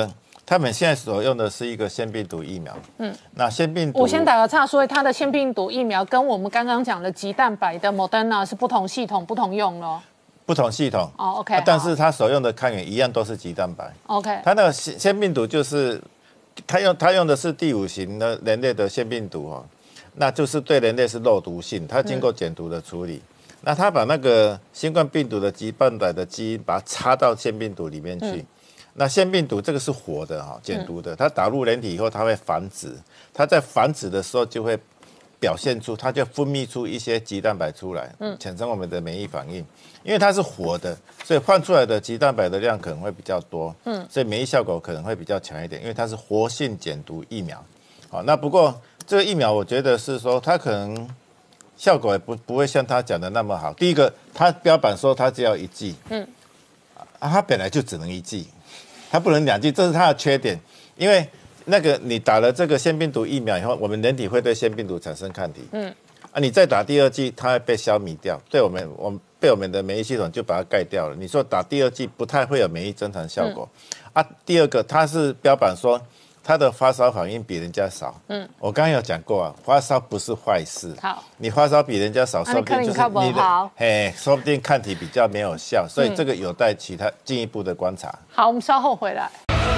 他们现在所用的是一个腺病毒疫苗。嗯，那腺病毒， 我先打个岔，所以它的腺病毒疫苗跟我们刚刚讲的鸡蛋白的 Moderna 是不同系统、不同用咯。 不同系统哦 ，OK， 但是它所用的抗原一样都是鸡蛋白。 OK， 它那个腺腺病毒就是它用它用的是第五型的人类的腺病毒哦，那就是对人类是肉毒性，它经过减毒的处理。嗯，那它把那个新冠病毒的鸡蛋白的基因把它插到腺病毒里面去。嗯，那腺病毒这个是活的哈，减毒的，它打入人体以后，它会繁殖，它在繁殖的时候就会表现出，它就分泌出一些鸡蛋白出来，嗯，产生我们的免疫反应。因为它是活的，所以换出来的鸡蛋白的量可能会比较多，嗯，所以免疫效果可能会比较强一点，因为它是活性减毒疫苗。好，那不过这个疫苗，我觉得是说它可能效果也不不会像他讲的那么好。第一个，它标榜说它只要一剂，嗯，啊，它本来就只能一剂。它不能两剂，这是它的缺点。因为那个你打了这个腺病毒疫苗以后，我们人体会对腺病毒产生抗体。嗯，啊，你再打第二剂，它会被消弭掉，对我们我们被我们的免疫系统就把它盖掉了。你说打第二剂不太会有免疫增强效果。嗯，啊，第二个它是标榜说它的发烧反应比人家少。嗯，我刚刚有讲过啊，发烧不是坏事。好，你发烧比人家少，说不定就是你的，嘿，说不定抗体比较没有效，所以这个有待其他进一步的观察。 好，我们稍后回来。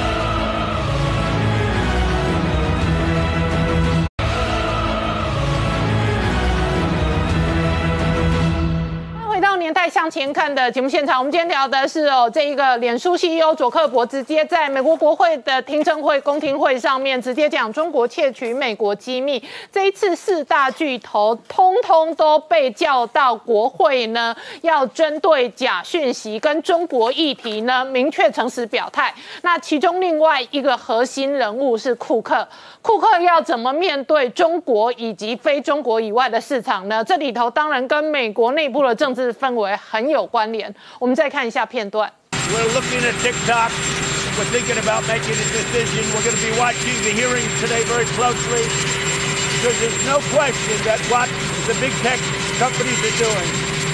年代向前看的节目现场，我们今天聊的是哦，这一个脸书 C E O 佐克伯直接在美国国会的听证会、公听会上面直接讲中国窃取美国机密。这一次四大巨头通通都被叫到国会呢，要针对假讯息跟中国议题呢明确诚实表态。那其中另外一个核心人物是库克，库克要怎么面对中国以及非中国以外的市场呢？这里头当然跟美国内部的政治氛围很有关联。我们再看一下片段。 We're looking at TikTok. We're thinking about making a decision. We're going to be watching the hearings today very closely because there's no question that what the big tech companies are doing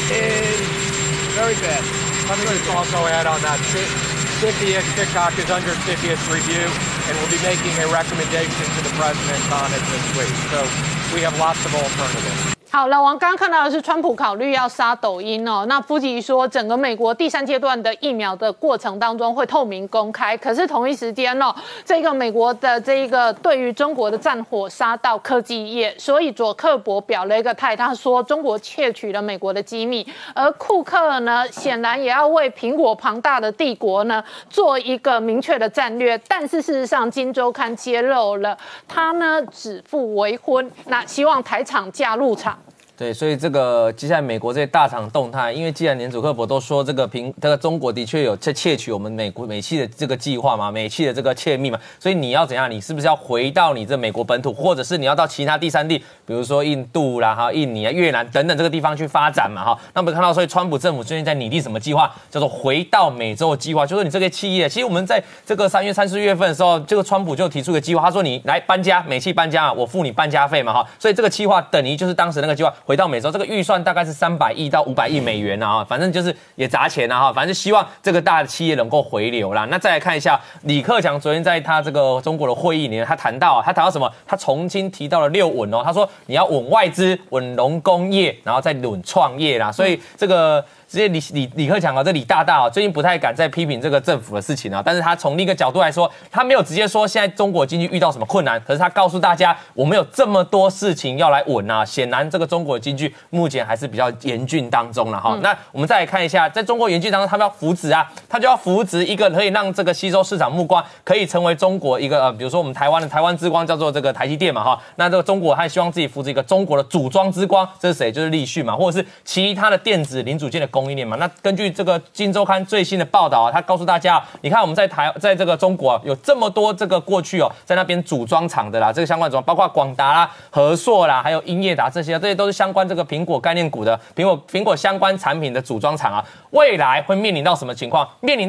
is very bad. Let me just also add on that. fiftieth TikTok is under fiftieth review, and we'll be making a recommendation to the president on it this week. So we have lots of alternatives. 好，老王刚刚看到的是川普考虑要杀抖音哦。那夫吉说，整个美国第三阶段的疫苗的过程当中会透明公开，可是同一时间哦，这个美国的这一个对于中国的战火杀到科技业，所以佐克伯表了一个态，他说中国窃取了美国的机密，而库克呢，显然也要为苹果庞大的帝国呢做一个明确的战略。但是事实上，《今周刊》揭露了他呢指腹为婚，那希望台厂加入场。 对，所以这个接下来美国这些大厂动态，因为既然连祖克伯都说这个平这个中国的确有窃窃取我们美国美企的这个计划嘛，美企的这个窃密嘛，所以你要怎样？你是不是要回到你这美国本土，或者是你要到其他第三地，比如说印度啦、哈印尼啊、越南等等这个地方去发展嘛？哈，那我们看到，所以川普政府最近在拟定什么计划，叫做回到美洲的计划，就是你这个企业，其实我们在这个三月、三四月份的时候，这个川普就提出一个计划，他说你来搬家，美企搬家啊，我付你搬家费嘛，哈，所以这个计划等于就是当时那个计划。回到美洲，这个预算大概是三百亿到五百亿美元啊，反正就是也砸钱啊，反正希望这个大的企业能够回流啦。那再来看一下李克强昨天在他这个中国的会议里面，他谈到、啊、他谈到什么？他重新提到了六稳哦，他说你要稳外资、稳农工业，然后再稳创业啦。所以这个。这些李李李克强啊，这李大大啊，最近不太敢再批评这个政府的事情啊，但是他从另一个角度来说，他没有直接说现在中国经济遇到什么困难，可是他告诉大家，我们有这么多事情要来稳啊。显然，这个中国经济目前还是比较严峻当中了哈、嗯。那我们再来看一下，在中国严峻当中，他们要扶植啊，他就要扶植一个可以让这个吸收市场目光，可以成为中国一个呃，比如说我们台湾的台湾之光叫做这个台积电嘛哈。那这个中国还希望自己扶植一个中国的组装之光，这是谁？就是立讯嘛，或者是其他的电子零组件的供应链嘛。那根据这个《今周刊》最新的报道啊，他告诉大家，你看我们在台，在这个中国、啊、有这么多这个过去哦，在那边组装厂的啦，这个相关组装，包括广达啦、和硕啦，还有英业达这些，这些都是相关这个苹果概念股的苹果苹果相关产品的组装厂啊，未来会面临到什么情况？面临到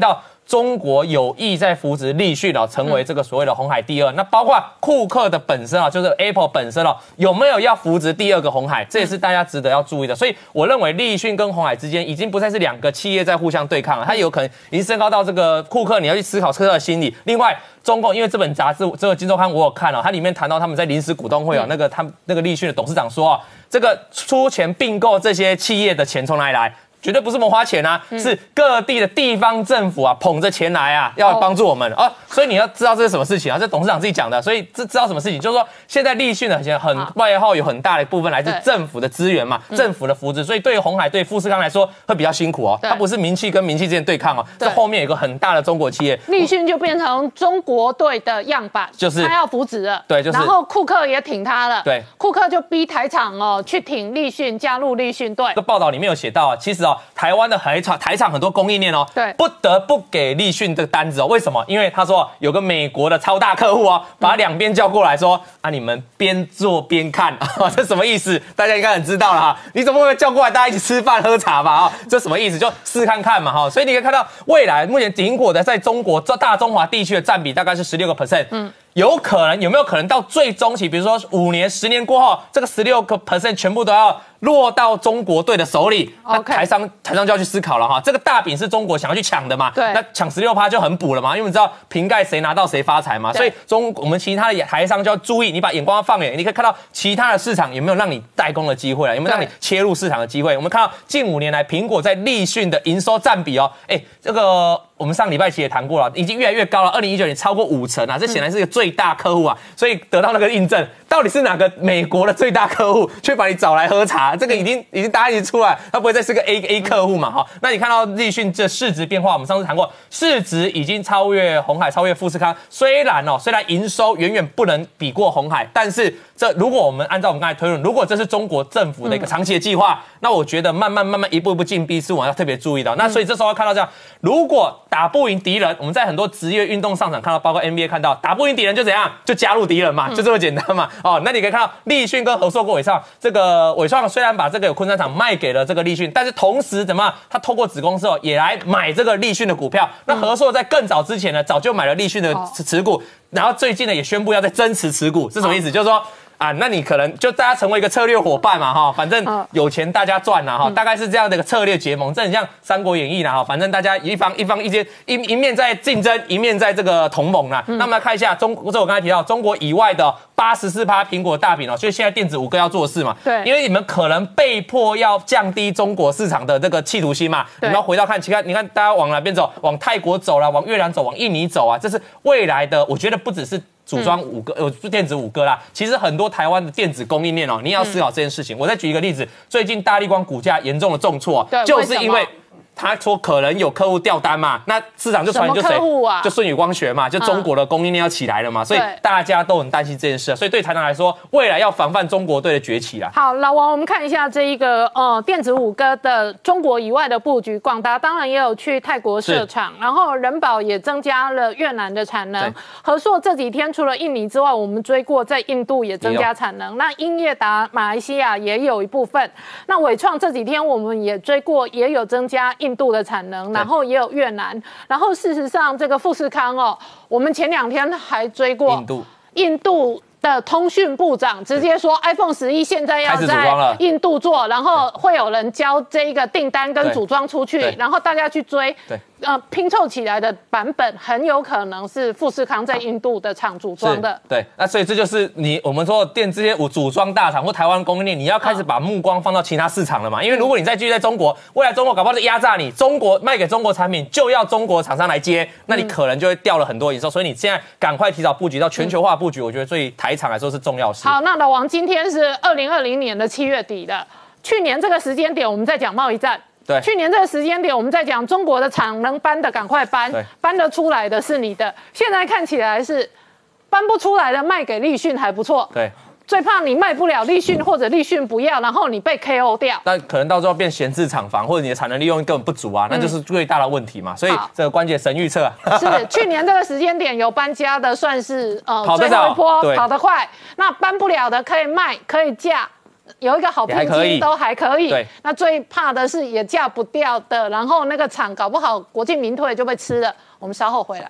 中国有意在扶植立讯哦，成为这个所谓的鸿海第二。那包括库克的本身啊，就是 Apple 本身哦，有没有要扶植第二个鸿海？这也是大家值得要注意的。所以我认为立讯跟鸿海之间已经不再是两个企业在互相对抗了，它有可能已经升高到这个库克你要去思考库克的心理。另外，中共因为这本杂志这个《金周刊》我有看了、哦，它里面谈到他们在临时股东会哦，嗯、那个他们那个立讯的董事长说哦，这个出钱并购这些企业的钱从哪里来？绝对不是我们花钱啊，嗯、是各地的地方政府啊捧着钱来啊，要帮助我们、哦、啊。所以你要知道这是什么事情啊？这董事长自己讲的，所以知知道什么事情，就是说现在立讯的很外号有很大的一部分来自政府的资源嘛，政府的扶持，所以对于鸿海对富士康来说会比较辛苦哦。它不是民企跟民企之间对抗哦，这后面有一个很大的中国企业， 立讯就变成中国队的样板，就是他要扶植了， 对，就是。 然后库克也挺他了， 对， 库克就逼台厂哦去挺立讯，加入立讯队。 这报道里面有写到啊，其实哦，台湾的台厂台厂很多供应链哦， 对， 不得不给立讯的单子哦。为什么？因为他说有个美国的超大客户哦，把两边叫过来说、嗯、啊，你们边做边看，这什么意思？大家应该很知道了哈。你怎么会叫过来大家一起吃饭喝茶吧？哦，这什么意思？就试看看嘛哈。所以你可以看到未来目前苹果的在中国大中华地区的占比大概是十六个 percent， 嗯。有可能有没有可能到最终期，比如说五年、十年过后，这个十六个 percent 全部都要落到中国队的手里？那台商台商就要去思考了哈。这个大饼是中国想要去抢的嘛？ 对。 那抢十六趴就很补了嘛，因为你知道瓶盖谁拿到谁发财嘛。所以中我们其他的台商就要注意，你把眼光放远，你可以看到其他的市场有没有让你代工的机会了，有没有让你切入市场的机会？我们看到近五年来苹果在立讯的营收占比哦，哎，这个。我们上礼拜其实也谈过了，已经越来越高了。二零一九年超过五成啊，这显然是一个最大客户啊，所以得到那个印证，到底是哪个美国的最大客户却把你找来喝茶？这个已经已经答案已经出来，他不会再是个 A A 客户嘛？哈，那你看到立讯这市值变化，我们上次谈过，市值已经超越鸿海，超越富士康。虽然哦，虽然营收远远不能比过鸿海，但是这如果我们按照我们刚才推论，如果这是中国政府的一个长期的计划，那我觉得慢慢慢慢一步一步进逼是我们要特别注意的。那所以这时候要看到这样，如果打不赢敌人，我们在很多职业运动上场看到，包括 N B A 看到，打不赢敌人就怎样，就加入敌人嘛，就这么简单嘛。哦，那你可以看到立讯跟和硕跟伟创，这个伟创虽然把这个有昆山厂卖给了这个立讯，但是同时怎么样，他透过子公司哦也来买这个立讯的股票。那和硕在更早之前呢，早就买了立讯的持股，然后最近呢也宣布要再增持持股，是什么意思？就是说。啊，那你可能就大家成为一个策略伙伴嘛，哈，反正有钱大家赚呐，哈，大概是这样的一个策略结盟，这很像《三国演义》啦，哈，反正大家一方一方一间一一面在竞争，一面在这个同盟啦。嗯、那我们来看一下中，这我刚才提到中国以外的八十四趴苹果大饼哦，就是现在电子五哥要做事嘛， 对， 因为你们可能被迫要降低中国市场的这个企图心嘛，你们要回到看，其他你看大家往哪边走，往泰国走啦，往越南走，往印尼走啊，这是未来的，我觉得不只是。组装五个呃电子五哥啦，其实很多台湾的电子供应链哦，你也要思考这件事情。嗯、我再举一个例子，最近大立光股价严重的重挫，就是因为。他说可能有客户掉单嘛，那市场就传就谁、啊、就舜宇光学嘛，就中国的供应链要起来了嘛，嗯、所以大家都很担心这件事，所以对台厂来说，未来要防范中国队的崛起啦。 好，老王，我们看一下这一个呃电子五哥的中国以外的布局，广达当然也有去泰国设厂，然后人保也增加了越南的产能，和硕这几天除了印尼之外，我们追过在印度也增加产能，那英业达马来西亚也有一部分，那伟创这几天我们也追过，也有增加印度的产能，然后也有越南，然后事实上这个富士康哦，我们前两天还追过印度， 印度的通讯部长直接说 ，iPhone 十一现在要在印度做，然后会有人交这一个订单跟组装出去，然后大家去追。对。呃，拼凑起来的版本很有可能是富士康在印度的厂组装的。 对，那所以这就是你我们说电这些组装大厂或台湾供应链，你要开始把目光放到其他市场了嘛？因为如果你再继续在中国，未来中国搞不好是压榨你，中国卖给中国产品就要中国厂商来接，那你可能就会掉了很多营收。所以你现在赶快提早布局到全球化布局，我觉得对台厂来说是重要事。 好，那老王，今天是二零二零年的七月底的，去年这个时间点我们在讲贸易战。 对， 去年这个时间点，我们在讲中国的厂能搬的赶快搬，搬得出来的是你的。现在看起来是搬不出来的，卖给立讯还不错。 对， 最怕你卖不了立讯，或者立讯不要，然后你被 K O 掉。 但可能到时候变闲置厂房，或者你的产能利用根本不足啊，那就是最大的问题嘛。所以这个关键神预测啊， 是去年这个时间点有搬家的，算是呃最后一波跑得快。那搬不了的可以卖，可以价。 有一个好聘也还可以金都还可以。 对， 那最怕的是也嫁不掉的，然后那个厂搞不好国进民退就被吃了。我们稍后回来。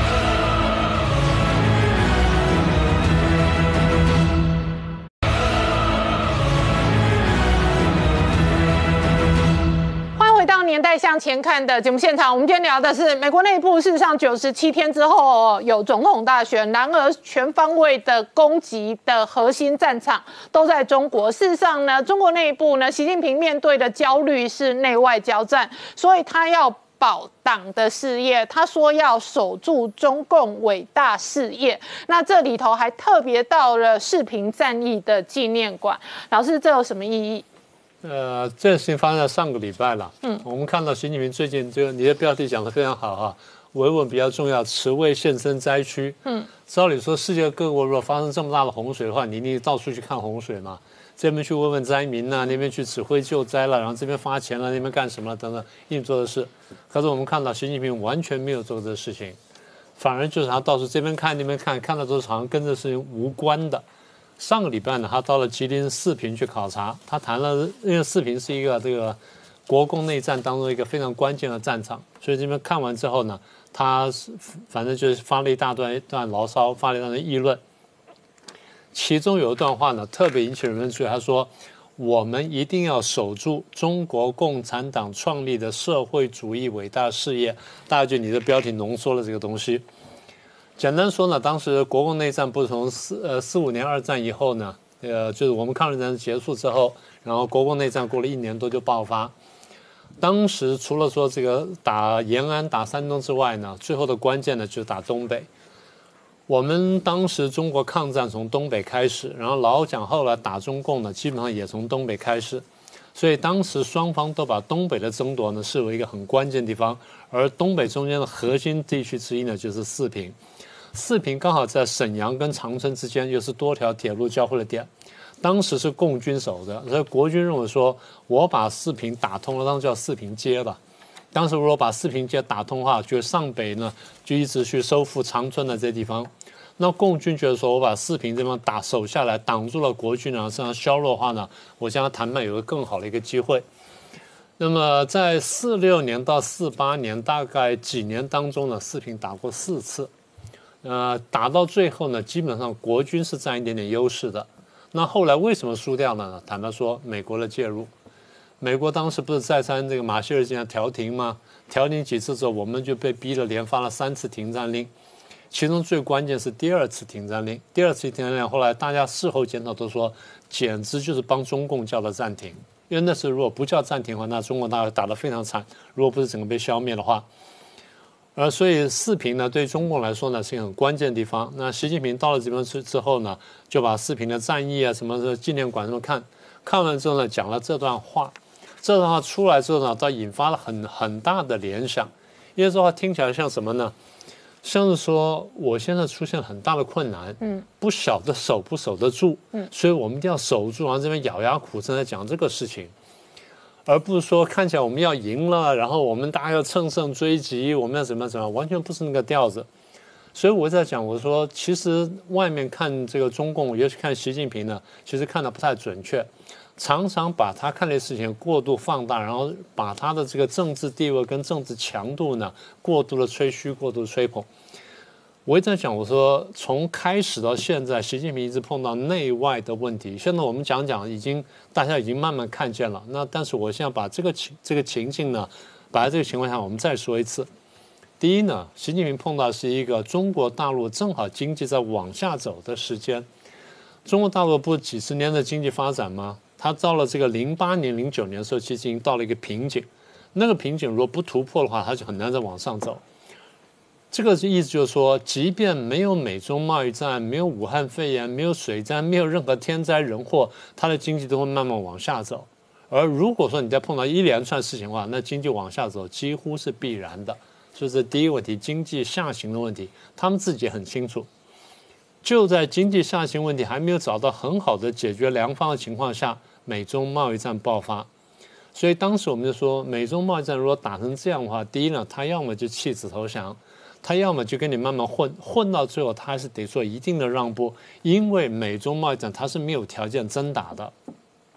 回到年代向前看的节目现场，我们今天聊的是美国内部。事实上，九十七天之后有总统大选，然而全方位的攻击的核心战场都在中国。事实上呢，中国内部呢，习近平面对的焦虑是内外交战，所以他要保党的事业，他说要守住中共伟大事业。那这里头还特别到了世平战役的纪念馆。老师，这有什么意义？ 呃，这件事情发生在上个礼拜了。嗯，我们看到习近平最近这个你的标题讲得非常好哈，维稳比较重要，慈卫现身灾区。嗯，照理说世界各国如果发生这么大的洪水的话，你一定到处去看洪水嘛，这边去问问灾民啊，那边去指挥救灾了，然后这边发钱了，那边干什么等等应做的事。可是我们看到习近平完全没有做这个事情，反而就是他到处这边看那边看，看到都是好像跟这事情无关的。上个礼拜呢，他到了吉林四平去考察，他谈了，因为四平是一个这个国共内战当中一个非常关键的战场，所以这边看完之后呢，他反正就是发了一大段一段牢骚，发了一段议论。其中有一段话呢，特别引起人们注意，他说：“我们一定要守住中国共产党创立的社会主义伟大事业。”大概就你的标题浓缩了这个东西。简单说呢，当时国共内战不是从四呃四五年二战以后呢，呃，就是我们抗日战争结束之后，然后国共内战过了一年多就爆发。当时除了说这个打延安、打山东之外呢，最后的关键呢就是打东北。我们当时中国抗战从东北开始，然后老蒋后来打中共呢，基本上也从东北开始。所以当时双方都把东北的争夺呢视为一个很关键的地方，而东北中间的核心地区之一呢就是四平。四平刚好在沈阳跟长春之间，又是多条铁路交汇的点。当时是共军守的，所以国军认为说，我把四平打通了，当时叫四平街了。当时如果把四平街打通的话，就上北呢就一直去收复长春的这些地方。那共军觉得说，我把四平这地方打守下来，挡住了国军，然后这样削弱的话呢，我将来谈判有个更好的一个机会。那么在四六年到四八年大概几年当中呢，四平打过四次。呃，打到最后呢，基本上国军是占一点点优势的。那后来为什么输掉了呢？坦白说，美国的介入。美国当时不是再三这个马歇尔这样调停吗？调停几次之后，我们就被逼了，连发了三次停战令。其中最关键是第二次停战令。第二次停战令后来大家事后检讨都说，简直就是帮中共叫了暂停。因为那时候如果不叫暂停的话，那中国大概打得非常惨。如果不是整个被消灭的话。而所以四平呢，对中共来说呢是一个很关键的地方。那习近平到了这边之之后呢，就把四平的战役啊、什么的纪念馆什么看，看完之后呢，讲了这段话。这段话出来之后呢，倒引发了很很大的联想。因为这话听起来像什么呢？像是说我现在出现很大的困难，嗯，不晓得守不守得住，嗯，所以我们一定要守住。然后这边咬牙苦撑在讲这个事情。而不是说看起来我们要赢了，然后我们大家要乘胜追击，我们要怎么怎么样，完全不是那个调子。所以我在讲，我说其实外面看这个中共，尤其看习近平呢，其实看得不太准确，常常把他看的事情过度放大，然后把他的这个政治地位跟政治强度呢过度的吹嘘、过度的吹捧。我一直在讲，我说从开始到现在，习近平一直碰到内外的问题。现在我们讲讲，已经大家已经慢慢看见了。那但是我现在把这个情这个情境呢，摆在这个情况下，我们再说一次。第一呢，习近平碰到是一个中国大陆正好经济在往下走的时间。中国大陆不是几十年的经济发展吗？它到了这个零八年、零九年的时候，其实已经到了一个瓶颈。那个瓶颈如果不突破的话，它就很难再往上走。这个意思就是说，即便没有美中贸易战，没有武汉肺炎，没有水灾，没有任何天灾人祸，它的经济都会慢慢往下走。而如果说你再碰到一连串事情的话，那经济往下走几乎是必然的。所以这是第一个问题，经济下行的问题，他们自己很清楚。就在经济下行问题还没有找到很好的解决良方的情况下，美中贸易战爆发。所以当时我们就说，美中贸易战如果打成这样的话，第一呢，他要么就弃子投降。他要么就跟你慢慢混，混到最后他还是得做一定的让步，因为美中贸易战他是没有条件真打的，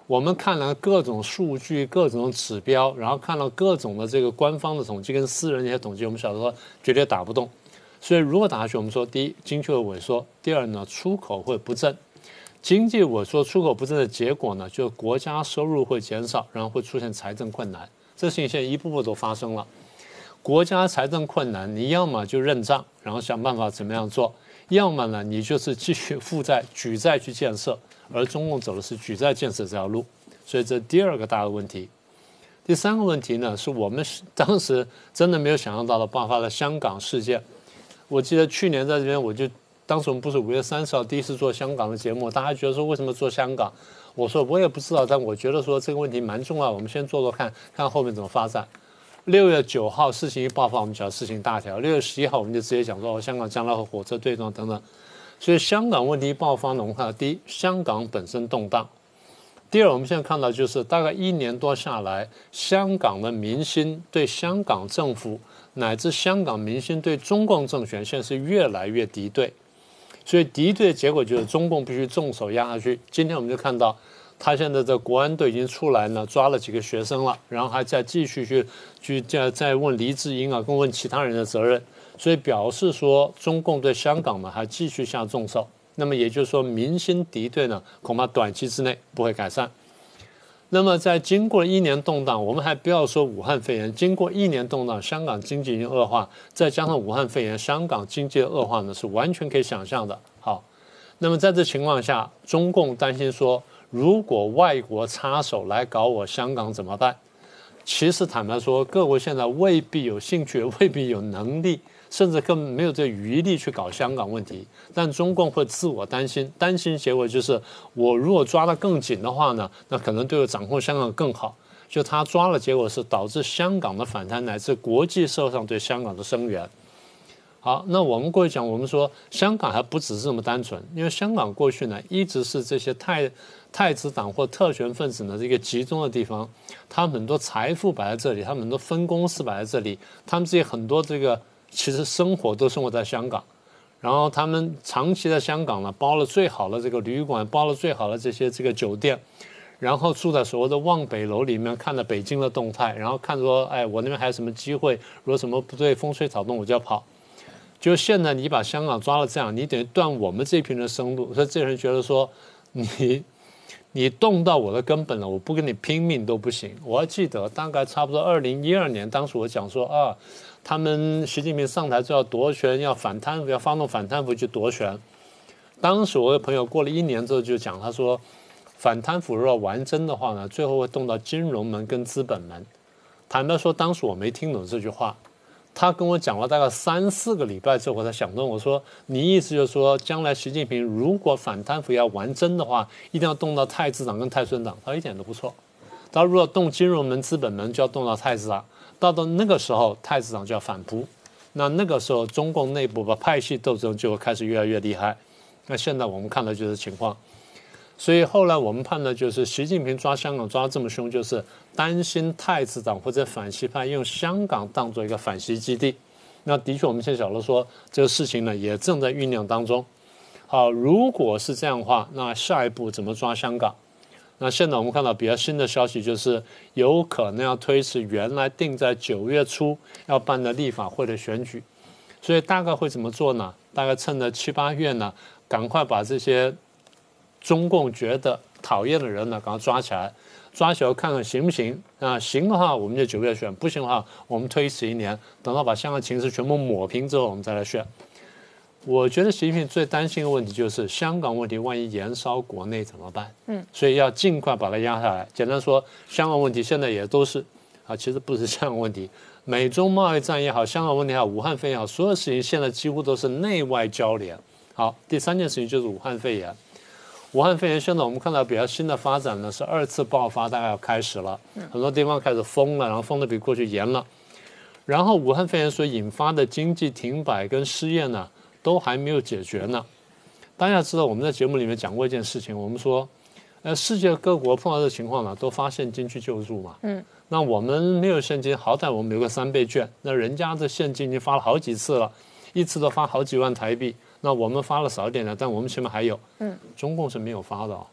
我们看了各种数据、各种指标，然后看到各种的这个官方的统计跟私人的一些统计，我们晓得说绝对打不动。所以如果打下去，我们说第一，经济会萎缩；第二呢，出口会不振。经济萎缩、出口不振的结果呢，就国家收入会减少，然后会出现财政困难。这事情现在一步步都发生了。国家财政困难，你要么就认账，然后想办法怎么样做；要么呢，你就是继续负债、举债去建设。而中共走的是举债建设这条路，所以这第二个大的问题。第三个问题呢，是我们当时真的没有想象到的爆发了香港事件。我记得去年在这边，我就当时我们不是五月三十号第一次做香港的节目，大家觉得说为什么做香港？我说我也不知道，但我觉得说这个问题蛮重要，我们先做做看，看后面怎么发展。六月九号事情一爆发，我们讲事情大条；六月十一号我们就直接讲说，哦，香港将来和火车对撞等等。所以香港问题爆发呢，我们看到第一，香港本身动荡；第二，我们现在看到就是大概一年多下来，香港的民心对香港政府乃至香港民心对中共政权现在是越来越敌对。所以敌对的结果就是中共必须重手压下去。今天我们就看到，他现在的国安队已经出来呢，抓了几个学生了，然后还在继续去去再再问黎智英啊，跟问其他人的责任。所以表示说，中共对香港呢还继续下重手。那么也就是说，民心敌对呢，恐怕短期之内不会改善。那么在经过一年动荡，我们还不要说武汉肺炎，经过一年动荡，香港经济已经恶化，再加上武汉肺炎，香港经济的恶化呢是完全可以想象的。好，那么在这情况下，中共担心说，如果外国插手来搞我香港怎么办？其实坦白说，各国现在未必有兴趣，未必有能力，甚至根本没有这余力去搞香港问题。但中共会自我担心，担心结果就是我如果抓得更紧的话呢，那可能对我掌控香港更好。就他抓了，结果是导致香港的反弹，乃至国际社会上对香港的声援。好，那我们过去讲，我们说香港还不只是这么单纯，因为香港过去呢一直是这些太太子党或特权分子的这个集中的地方，他们很多财富摆在这里，他们很多分公司摆在这里，他们这些很多这个其实生活都生活在香港，然后他们长期在香港呢包了最好的这个旅馆，包了最好的这些这个酒店，然后住在所谓的望北楼里面，看着北京的动态，然后看说，哎，我那边还有什么机会，如果什么不对，风吹草动我就要跑。就现在你把香港抓了这样，你等于断我们这群人生路，所以这人觉得说，你你动到我的根本了，我不跟你拼命都不行。我还记得大概差不多二零一二年，当时我讲说啊，他们习近平上台就要夺权，要反贪腐，要发动反贪腐去夺权。当时我有朋友过了一年之后就讲，他说反贪腐如果玩真的话呢，最后会动到金融门跟资本门。坦白说，当时我没听懂这句话。他跟我讲了大概三四个礼拜之后，我才想通。我说：“你意思就是说，将来习近平如果反贪腐要玩真的话，一定要动到太子党跟太孙党。”他一点都不错。他如果动金融门、资本门，就要动到太子党。到到那个时候，太子党就要反扑。那那个时候，中共内部的派系斗争就会开始越来越厉害。那现在我们看到就是情况。所以后来我们判断就是，习近平抓香港抓得这么凶，就是担心太子党或者反西派用香港当做一个反袭基地。那的确，我们现在晓得说这个事情呢也正在酝酿当中。好，如果是这样的话，那下一步怎么抓香港？那现在我们看到比较新的消息，就是有可能要推迟原来定在九月初要办的立法会的选举。所以大概会怎么做呢？大概趁着七八月呢，赶快把这些中共觉得讨厌的人呢，赶快抓起来，抓起来看看行不行啊？行的话，我们就九月选；不行的话，我们推迟一年，等到把香港情势全部抹平之后，我们再来选。我觉得习近平最担心的问题就是香港问题，万一延烧国内怎么办？嗯，所以要尽快把它压下来。简单说，香港问题现在也都是啊，其实不是香港问题，美中贸易战也好，香港问题也好，武汉肺炎也好，所有事情现在几乎都是内外交联。好，第三件事情就是武汉肺炎。武汉肺炎现在我们看到比较新的发展呢，是二次爆发大概要开始了，很多地方开始封了，然后封的比过去严了。然后武汉肺炎所引发的经济停摆跟失业呢，都还没有解决呢。大家知道我们在节目里面讲过一件事情，我们说，呃，世界各国碰到这情况呢，都发现金去救助嘛。嗯。那我们没有现金，好歹我们有个三倍券，那人家的现金已经发了好几次了，一次都发好几万台币。那我们发了少一点的，但我们起码还有。嗯，中共是没有发的、哦。嗯，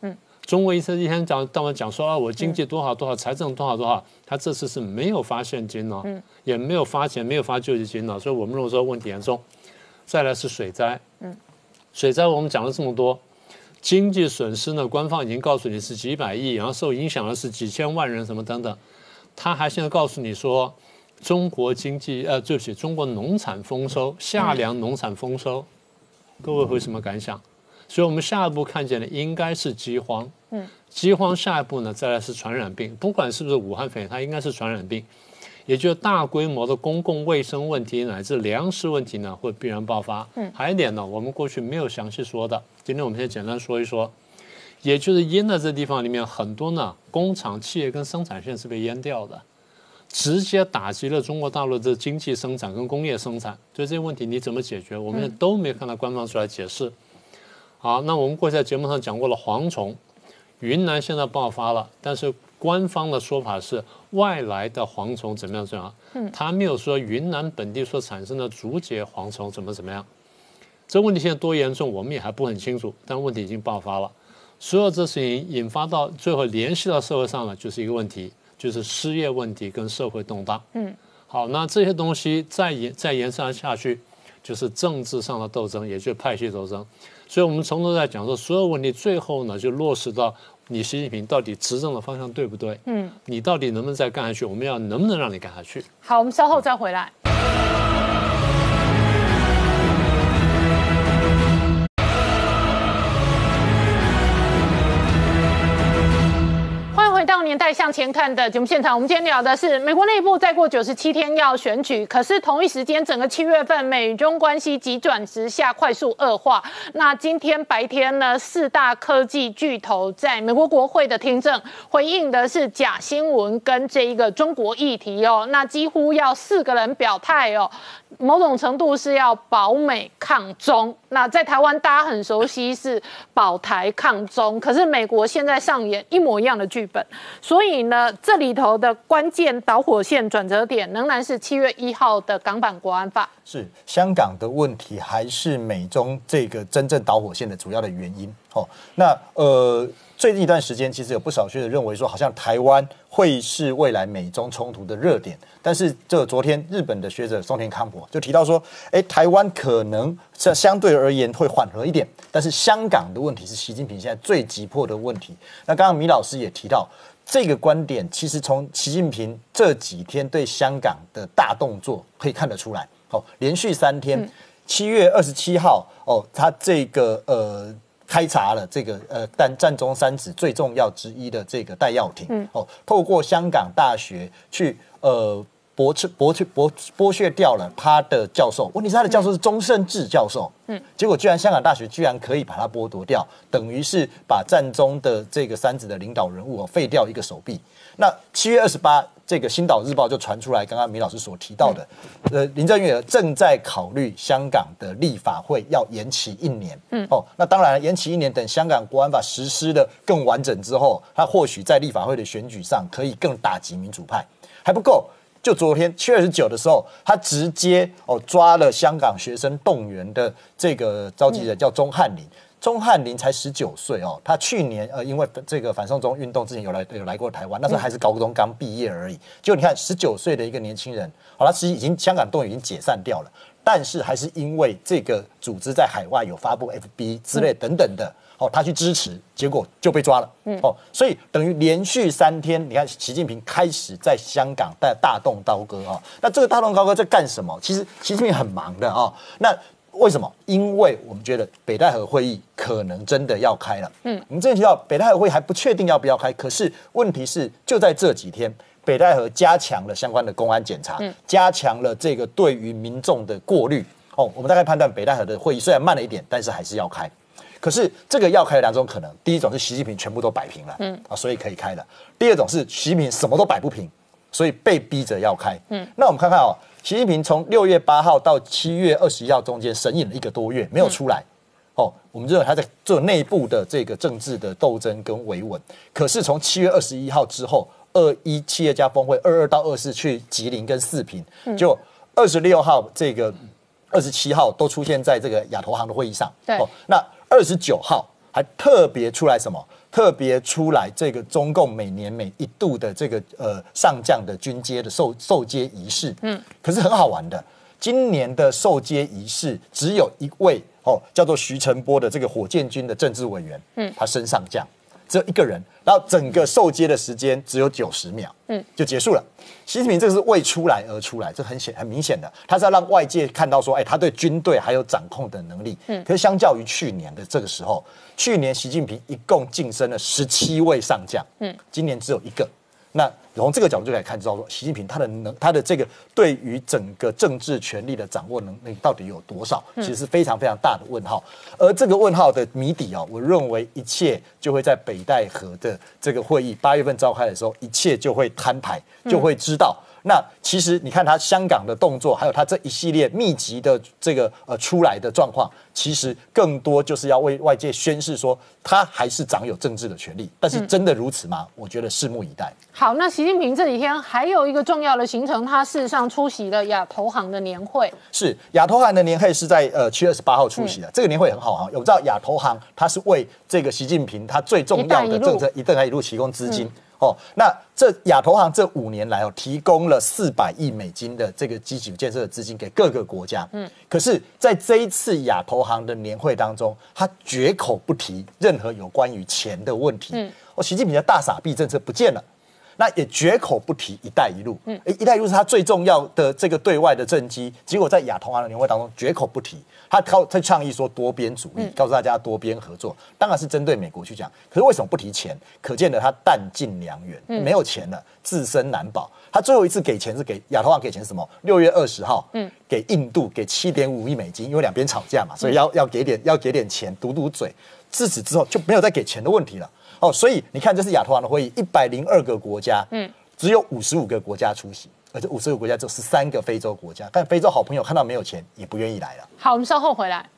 中国一直一天讲到晚讲说啊，我经济多好多好，财政多好多好，他这次是没有发现金哦，嗯、也没有发钱，没有发救济金哦，所以我们认为说问题严重。再来是水灾，嗯，水灾我们讲了这么多，经济损失呢，官方已经告诉你是几百亿，然后受影响的是几千万人什么等等，他还现在告诉你说，中国经济呃，对不起，中国农产丰收，夏粮农产丰收，嗯、各位会什么感想？所以我们下一步看见的应该是饥荒，嗯，饥荒下一步呢，再来是传染病，不管是不是武汉肺炎，它应该是传染病，也就是大规模的公共卫生问题乃至粮食问题呢，会必然爆发。嗯，还有一点呢，我们过去没有详细说的，今天我们先简单说一说，也就是淹的这地方里面很多呢，工厂、企业跟生产线是被淹掉的，直接打击了中国大陆的经济生产跟工业生产。所以这些问题你怎么解决？我们都没有看到官方出来解释。好，那我们过去在节目上讲过了蝗虫，云南现在爆发了，但是官方的说法是外来的蝗虫怎么样怎么样，嗯，他没有说云南本地所产生的竹节蝗虫怎么怎么样。这问题现在多严重，我们也还不很清楚，但问题已经爆发了。所有这事情引发到最后联系到社会上了，就是一个问题，就是失业问题跟社会动荡。嗯，好，那这些东西再延再延伸下去，就是政治上的斗争，也就是派系斗争。所以我们从头在讲说，所有问题最后呢，就落实到你习近平到底执政的方向对不对？嗯，你到底能不能再干下去？我们要能不能让你干下去？ 好，我们稍后再回来。回到年代向前看的节目现场，我们今天聊的是美国内部再过九十七天要选举，可是同一时间整个七月份美中关系急转直下，快速恶化。那今天白天呢，四大科技巨头在美国国会的听证，回应的是假新闻跟这一个中国议题哦，那几乎要四个人表态哦，某种程度是要保美抗中。那在台湾大家很熟悉是保台抗中，可是美国现在上演一模一样的剧本。所以呢，这里头的关键导火线转折点仍然是七月一号的港版国安法。 是香港的问题，还是美中这个真正导火线的主要的原因？哦，那呃，最近一段时间，其实有不少学者认为说，好像台湾会是未来美中冲突的热点。但是，这昨天日本的学者松田康博就提到说，哎，台湾可能相相对而言会缓和一点，但是香港的问题是习近平现在最急迫的问题。那刚刚米老师也提到。这个观点其实从习近平这几天对香港的大动作可以看得出来。哦，连续三天，七月二十七号，哦，他这个呃开查了这个呃但战中三子最重要之一的这个戴耀廷，嗯，哦，透过香港大学去呃剥削剥削剥剥削掉了他的教授，问题是他的教授是钟胜志教授。嗯，结果居然香港大学居然可以把它剥夺掉，等于是把战中的这个三子的领导人物哦废掉一个手臂。那七月二十八，这个《星岛日报》就传出来，刚刚米老师所提到的，呃，林郑月娥正在考虑香港的立法会要延期一年。嗯，哦，那当然延期一年，等香港国安法实施的更完整之后，他或许在立法会的选举上可以更打击民主派，还不够。就昨天七月二十九的时候，他直接哦抓了香港学生动员的这个召集人，叫钟汉林。钟汉林才十九岁哦，他去年呃因为这个反送中运动之前有来有来过台湾，那时候还是高中刚毕业而已。结果你看十九岁的一个年轻人，好，他其实已经香港动员已经解散掉了，但是还是因为这个组织在海外有发布 F B 之类等等的。哦，他去支持，结果就被抓了。嗯，哦，所以等于连续三天，你看习近平开始在香港大大动刀割啊、哦。那这个大动刀割在干什么？其实习近平很忙的啊、哦。那为什么？因为我们觉得北戴河会议可能真的要开了。嗯，我们之前提到北戴河会议还不确定要不要开，可是问题是就在这几天，北戴河加强了相关的公安检查，嗯、加强了这个对于民众的过滤。哦，我们大概判断北戴河的会议虽然慢了一点，但是还是要开。可是这个要开的两种可能，第一种是习近平全部都摆平了，嗯啊，所以可以开了；第二种是习近平什么都摆不平，所以被逼着要开。嗯，那我们看看哦，习近平从六月八号到七月二十一号中间神隐了一个多月，没有出来。嗯、哦，我们认为他在做内部的这个政治的斗争跟维稳。可是从七月二十一号之后，二一企业家峰会，二二到二四去吉林跟四平，就二十六号这个二十七号都出现在这个亚投行的会议上。 对，哦， 那二十九号还特别出来什么？特别出来这个中共每年每一度的这个呃上将的军阶的授授阶仪式，嗯，可是很好玩的，今年的授阶仪式只有一位哦，叫做徐承波的这个火箭军的政治委员，嗯，他升上将，只有一个人，然后整个授阶的时间只有九十秒，嗯，就结束了。习近平这个是为出来而出来，这很显很明显的，他是要让外界看到说，哎，他对军队还有掌控的能力。嗯，可是相较于去年的这个时候，去年习近平一共晋升了十七位上将，嗯，今年只有一个。那从这个角度就可以看到说，习近平他的能，他的这个对于整个政治权力的掌握能力到底有多少，其实是非常非常大的问号。而这个问号的谜底哦，我认为一切就会在北戴河的这个会议八月份召开的时候，一切就会摊牌，就会知道。嗯，那其实你看他香港的动作，还有他这一系列密集的这个呃出来的状况，其实更多就是要为外界宣示说，他还是掌有政治的权利。但是真的如此吗？我觉得拭目以待。 好，那习近平这几天还有一个重要的行程，他事实上出席了亚投行的年会。 是亚投行的年会是在呃七月二十八号出席的，嗯，这个年会很好啊。我知道亚投行它是为这个习近平他最重要的政策“一带一路”提供资金。嗯，哦，那这亚投行这五年来哦，提供了四百亿美金的这个基础建设的资金给各个国家。嗯，可是在这一次亚投行的年会当中，他绝口不提任何有关于钱的问题。嗯，哦，习近平的大撒币政策不见了。那也绝口不提“一带一路”。嗯，一带一路是他最重要的这个对外的政绩，结果在亚投行的年会当中绝口不提。他靠他倡议说多边主义，告诉大家多边合作，当然是针对美国去讲。可是为什么不提钱？可见的他弹尽粮绝，没有钱了，自身难保。他最后一次给钱是给亚投行给钱是什么？六月二十号，嗯，给印度给七点五亿美金，因为两边吵架嘛，所以要要给点要给点钱堵堵嘴。自此之后就没有再给钱的问题了。哦，所以你看，这是亚投行的会议，一百零二个国家，嗯，只有五十五个国家出席，而这五十五个国家只有十三个非洲国家。但非洲好朋友看到没有钱，也不愿意来了。 好，我们稍后回来。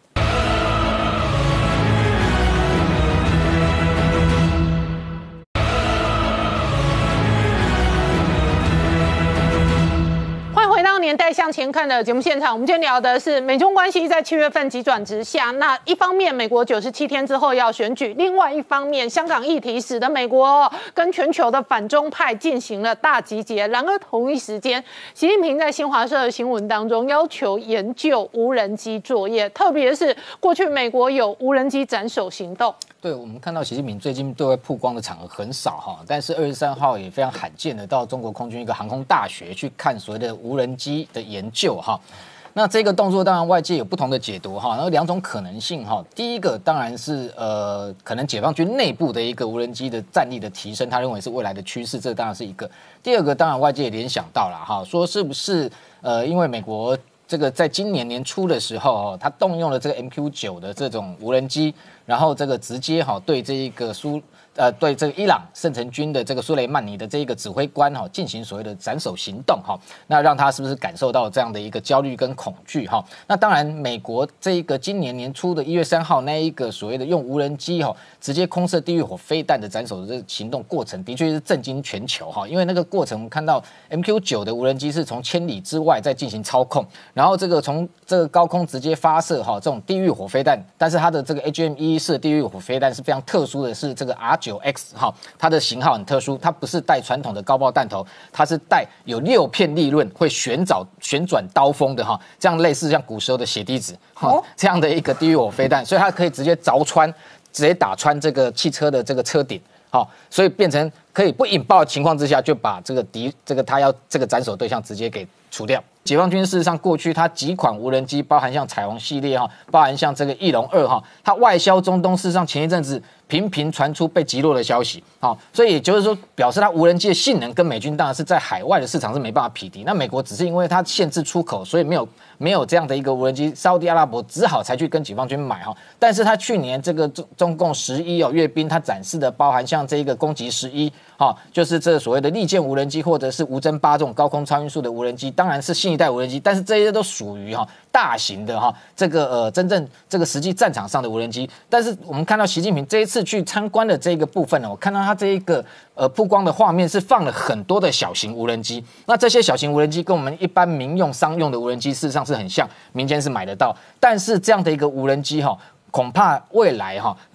年代向前看的节目现场，我们今天聊的是美中关系在七月份急转直下。那一方面，美国九十七天之后要选举；另外一方面，香港议题使得美国跟全球的反中派进行了大集结。然而同一时间，习近平在新华社的新闻当中要求研究无人机作业，特别是过去美国有无人机斩首行动。 对，我们看到习近平最近对外曝光的场合很少哈，但是二十三号也非常罕见的到中国空军一个航空大学去看所谓的无人机的研究哈。那这个动作当然外界有不同的解读哈，然后两种可能性哈。第一个当然是呃，可能解放军内部的一个无人机的战力的提升，他认为是未来的趋势，这当然是一个。第二个当然外界也联想到了哈，说是不是呃，因为美国这个在今年年初的时候，他动用了这个 M Q 九的这种无人机。然后这个直接哈对这一个苏呃对这个伊朗圣城军的这个苏雷曼尼的这一个指挥官哈进行所谓的斩首行动哈，那让他是不是感受到这样的一个焦虑跟恐惧哈？那当然，美国这一个今年年初的一月三号那一个所谓的用无人机哈直接空射地狱火飞弹的斩首的这个行动过程，的确是震惊全球哈，因为那个过程我们看到 M Q 九的无人机是从千里之外在进行操控，然后这个从这个高空直接发射哈这种地狱火飞弹，但是它的这个 H M 一式地狱火飞弹是非常特殊的，是这个 R 九 X 哈，它的型号很特殊，它不是带传统的高爆弹头，它是带有六片利刃会旋转旋转刀锋的哈，这样类似像古时候的血滴子哈这样的一个地狱火飞弹，所以它可以直接凿穿，直接打穿这个汽车的这个车顶，好，所以变成可以不引爆的情况之下，就把这个敌这个他要这个斩首对象直接给除掉。解放军事实上过去它几款无人机，包含像彩虹系列哈，包含像这个翼龙二哈，它外销中东，事实上前一阵子频频传出被击落的消息，好，所以也就是说表示它无人机的性能跟美军当然是在海外的市场是没办法匹敌。那美国只是因为它限制出口，所以没有没有这样的一个无人机，沙烏地阿拉伯只好才去跟解放军买哈。但是它去年这个中中共十一哦阅兵，它展示的包含像这一个攻击十一。好，就是这所谓的利剑无人机或者是无侦八这种高空超音速的无人机，当然是新一代无人机，但是这些都属于哈大型的哈这个呃真正这个实际战场上的无人机。但是我们看到习近平这一次去参观的这个部分呢，我看到他这一个呃曝光的画面是放了很多的小型无人机。那这些小型无人机跟我们一般民用商用的无人机事实上是很像，民间是买得到，但是这样的一个无人机哈，恐怕未来哈。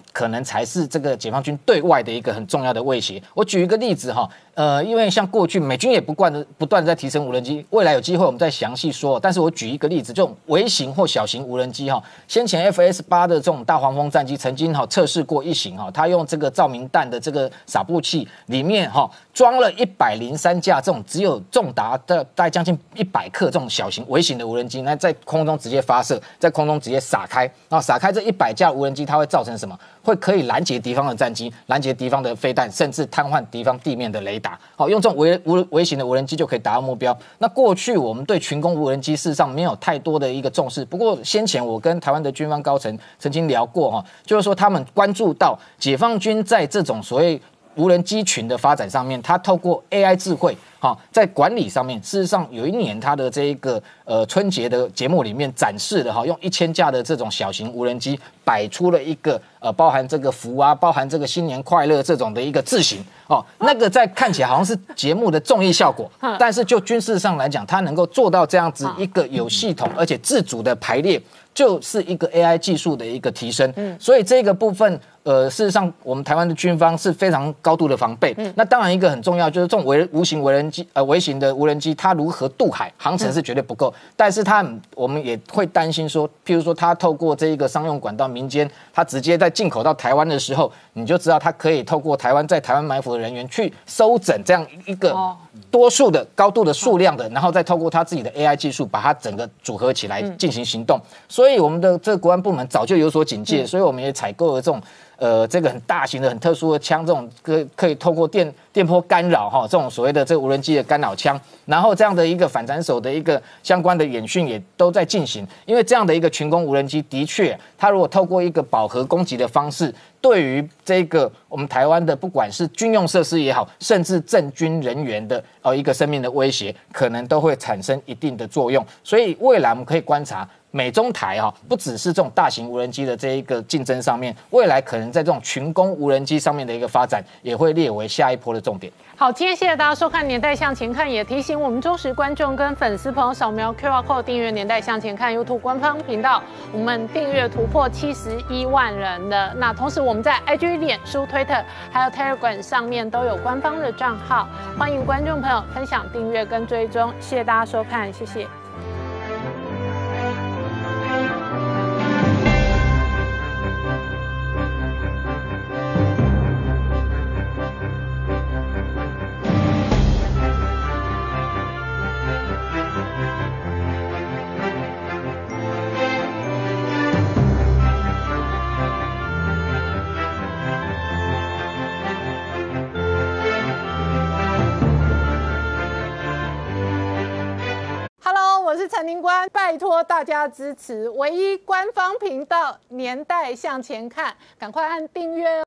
可能才是这个解放军对外的一个很重要的威胁。我举一个例子哈，呃，因为像过去美军也不断的不断的在提升无人机，未来有机会我们再详细说。但是我举一个例子，这种微型或小型无人机哈，先前 F S 八的这种大黄蜂战机曾经哈测试过一型哈，它用这个照明弹的这个撒布器里面哈装了一百零三架这种只有重达的大概将近一百克这种小型微型的无人机，那在空中直接发射，在空中直接撒开，然后撒开这一百架无人机，它会造成什么？会可以拦截敌方的战机，拦截敌方的飞弹，甚至瘫痪敌方地面的雷达。好，用这种微无微型的无人机就可以达到目标。那过去我们对群攻无人机事实上没有太多的一个重视，不过先前我跟台湾的军方高层曾经聊过哈，就是说他们关注到解放军在这种所谓无人机群的发展上面，它透过 A I 智慧。好，在管理上面，事实上有一年他的这一个呃春节的节目里面展示了哈，用一千架的这种小型无人机摆出了一个呃包含这个福啊，包含这个新年快乐这种的一个字形哦，那个在看起来好像是节目的综艺效果，但是就军事上来讲，它能够做到这样子一个有系统而且自主的排列，就是一个 A I 技术的一个提升。嗯，所以这个部分。呃，事实上，我们台湾的军方是非常高度的防备。嗯，那当然一个很重要就是这种微无形无人机，呃，微型的无人机，它如何渡海，航程是绝对不够。嗯、但是它，我们也会担心说，譬如说它透过这一个商用管道，民间它直接在进口到台湾的时候，你就知道它可以透过台湾在台湾埋伏的人员去收整这样一个多数的高度的数量的，然后再透过它自己的 A I 技术，把它整个组合起来进行行动。嗯、所以我们的这个国安部门早就有所警戒，嗯、所以我们也采购了这种。呃，这个很大型的、很特殊的枪，这种可可以透过电电波干扰哈，这种所谓的这个无人机的干扰枪，然后这样的一个反斩首的一个相关的演训也都在进行。因为这样的一个群攻无人机，的确，它如果透过一个饱和攻击的方式，对于这个我们台湾的不管是军用设施也好，甚至政军人员的呃一个生命的威胁，可能都会产生一定的作用。所以未来我们可以观察。美中台哈，不只是这种大型无人机的这一个竞争上面，未来可能在这种群攻无人机上面的一个发展，也会列为下一波的重点。 好，今天谢谢大家收看《年代向前看》，也提醒我们忠实观众跟粉丝朋友扫描 Q R code 订阅《年代向前看》YouTube 官方频道，我们订阅突破七十一万人了。那同时我们在 I G、脸书、Twitter 还有 Telegram 上面都有官方的账号，欢迎观众朋友分享、订阅跟追踪。谢谢大家收看，谢谢。我是陈宁官，拜托大家支持唯一官方频道《年代向前看》，赶快按订阅哦。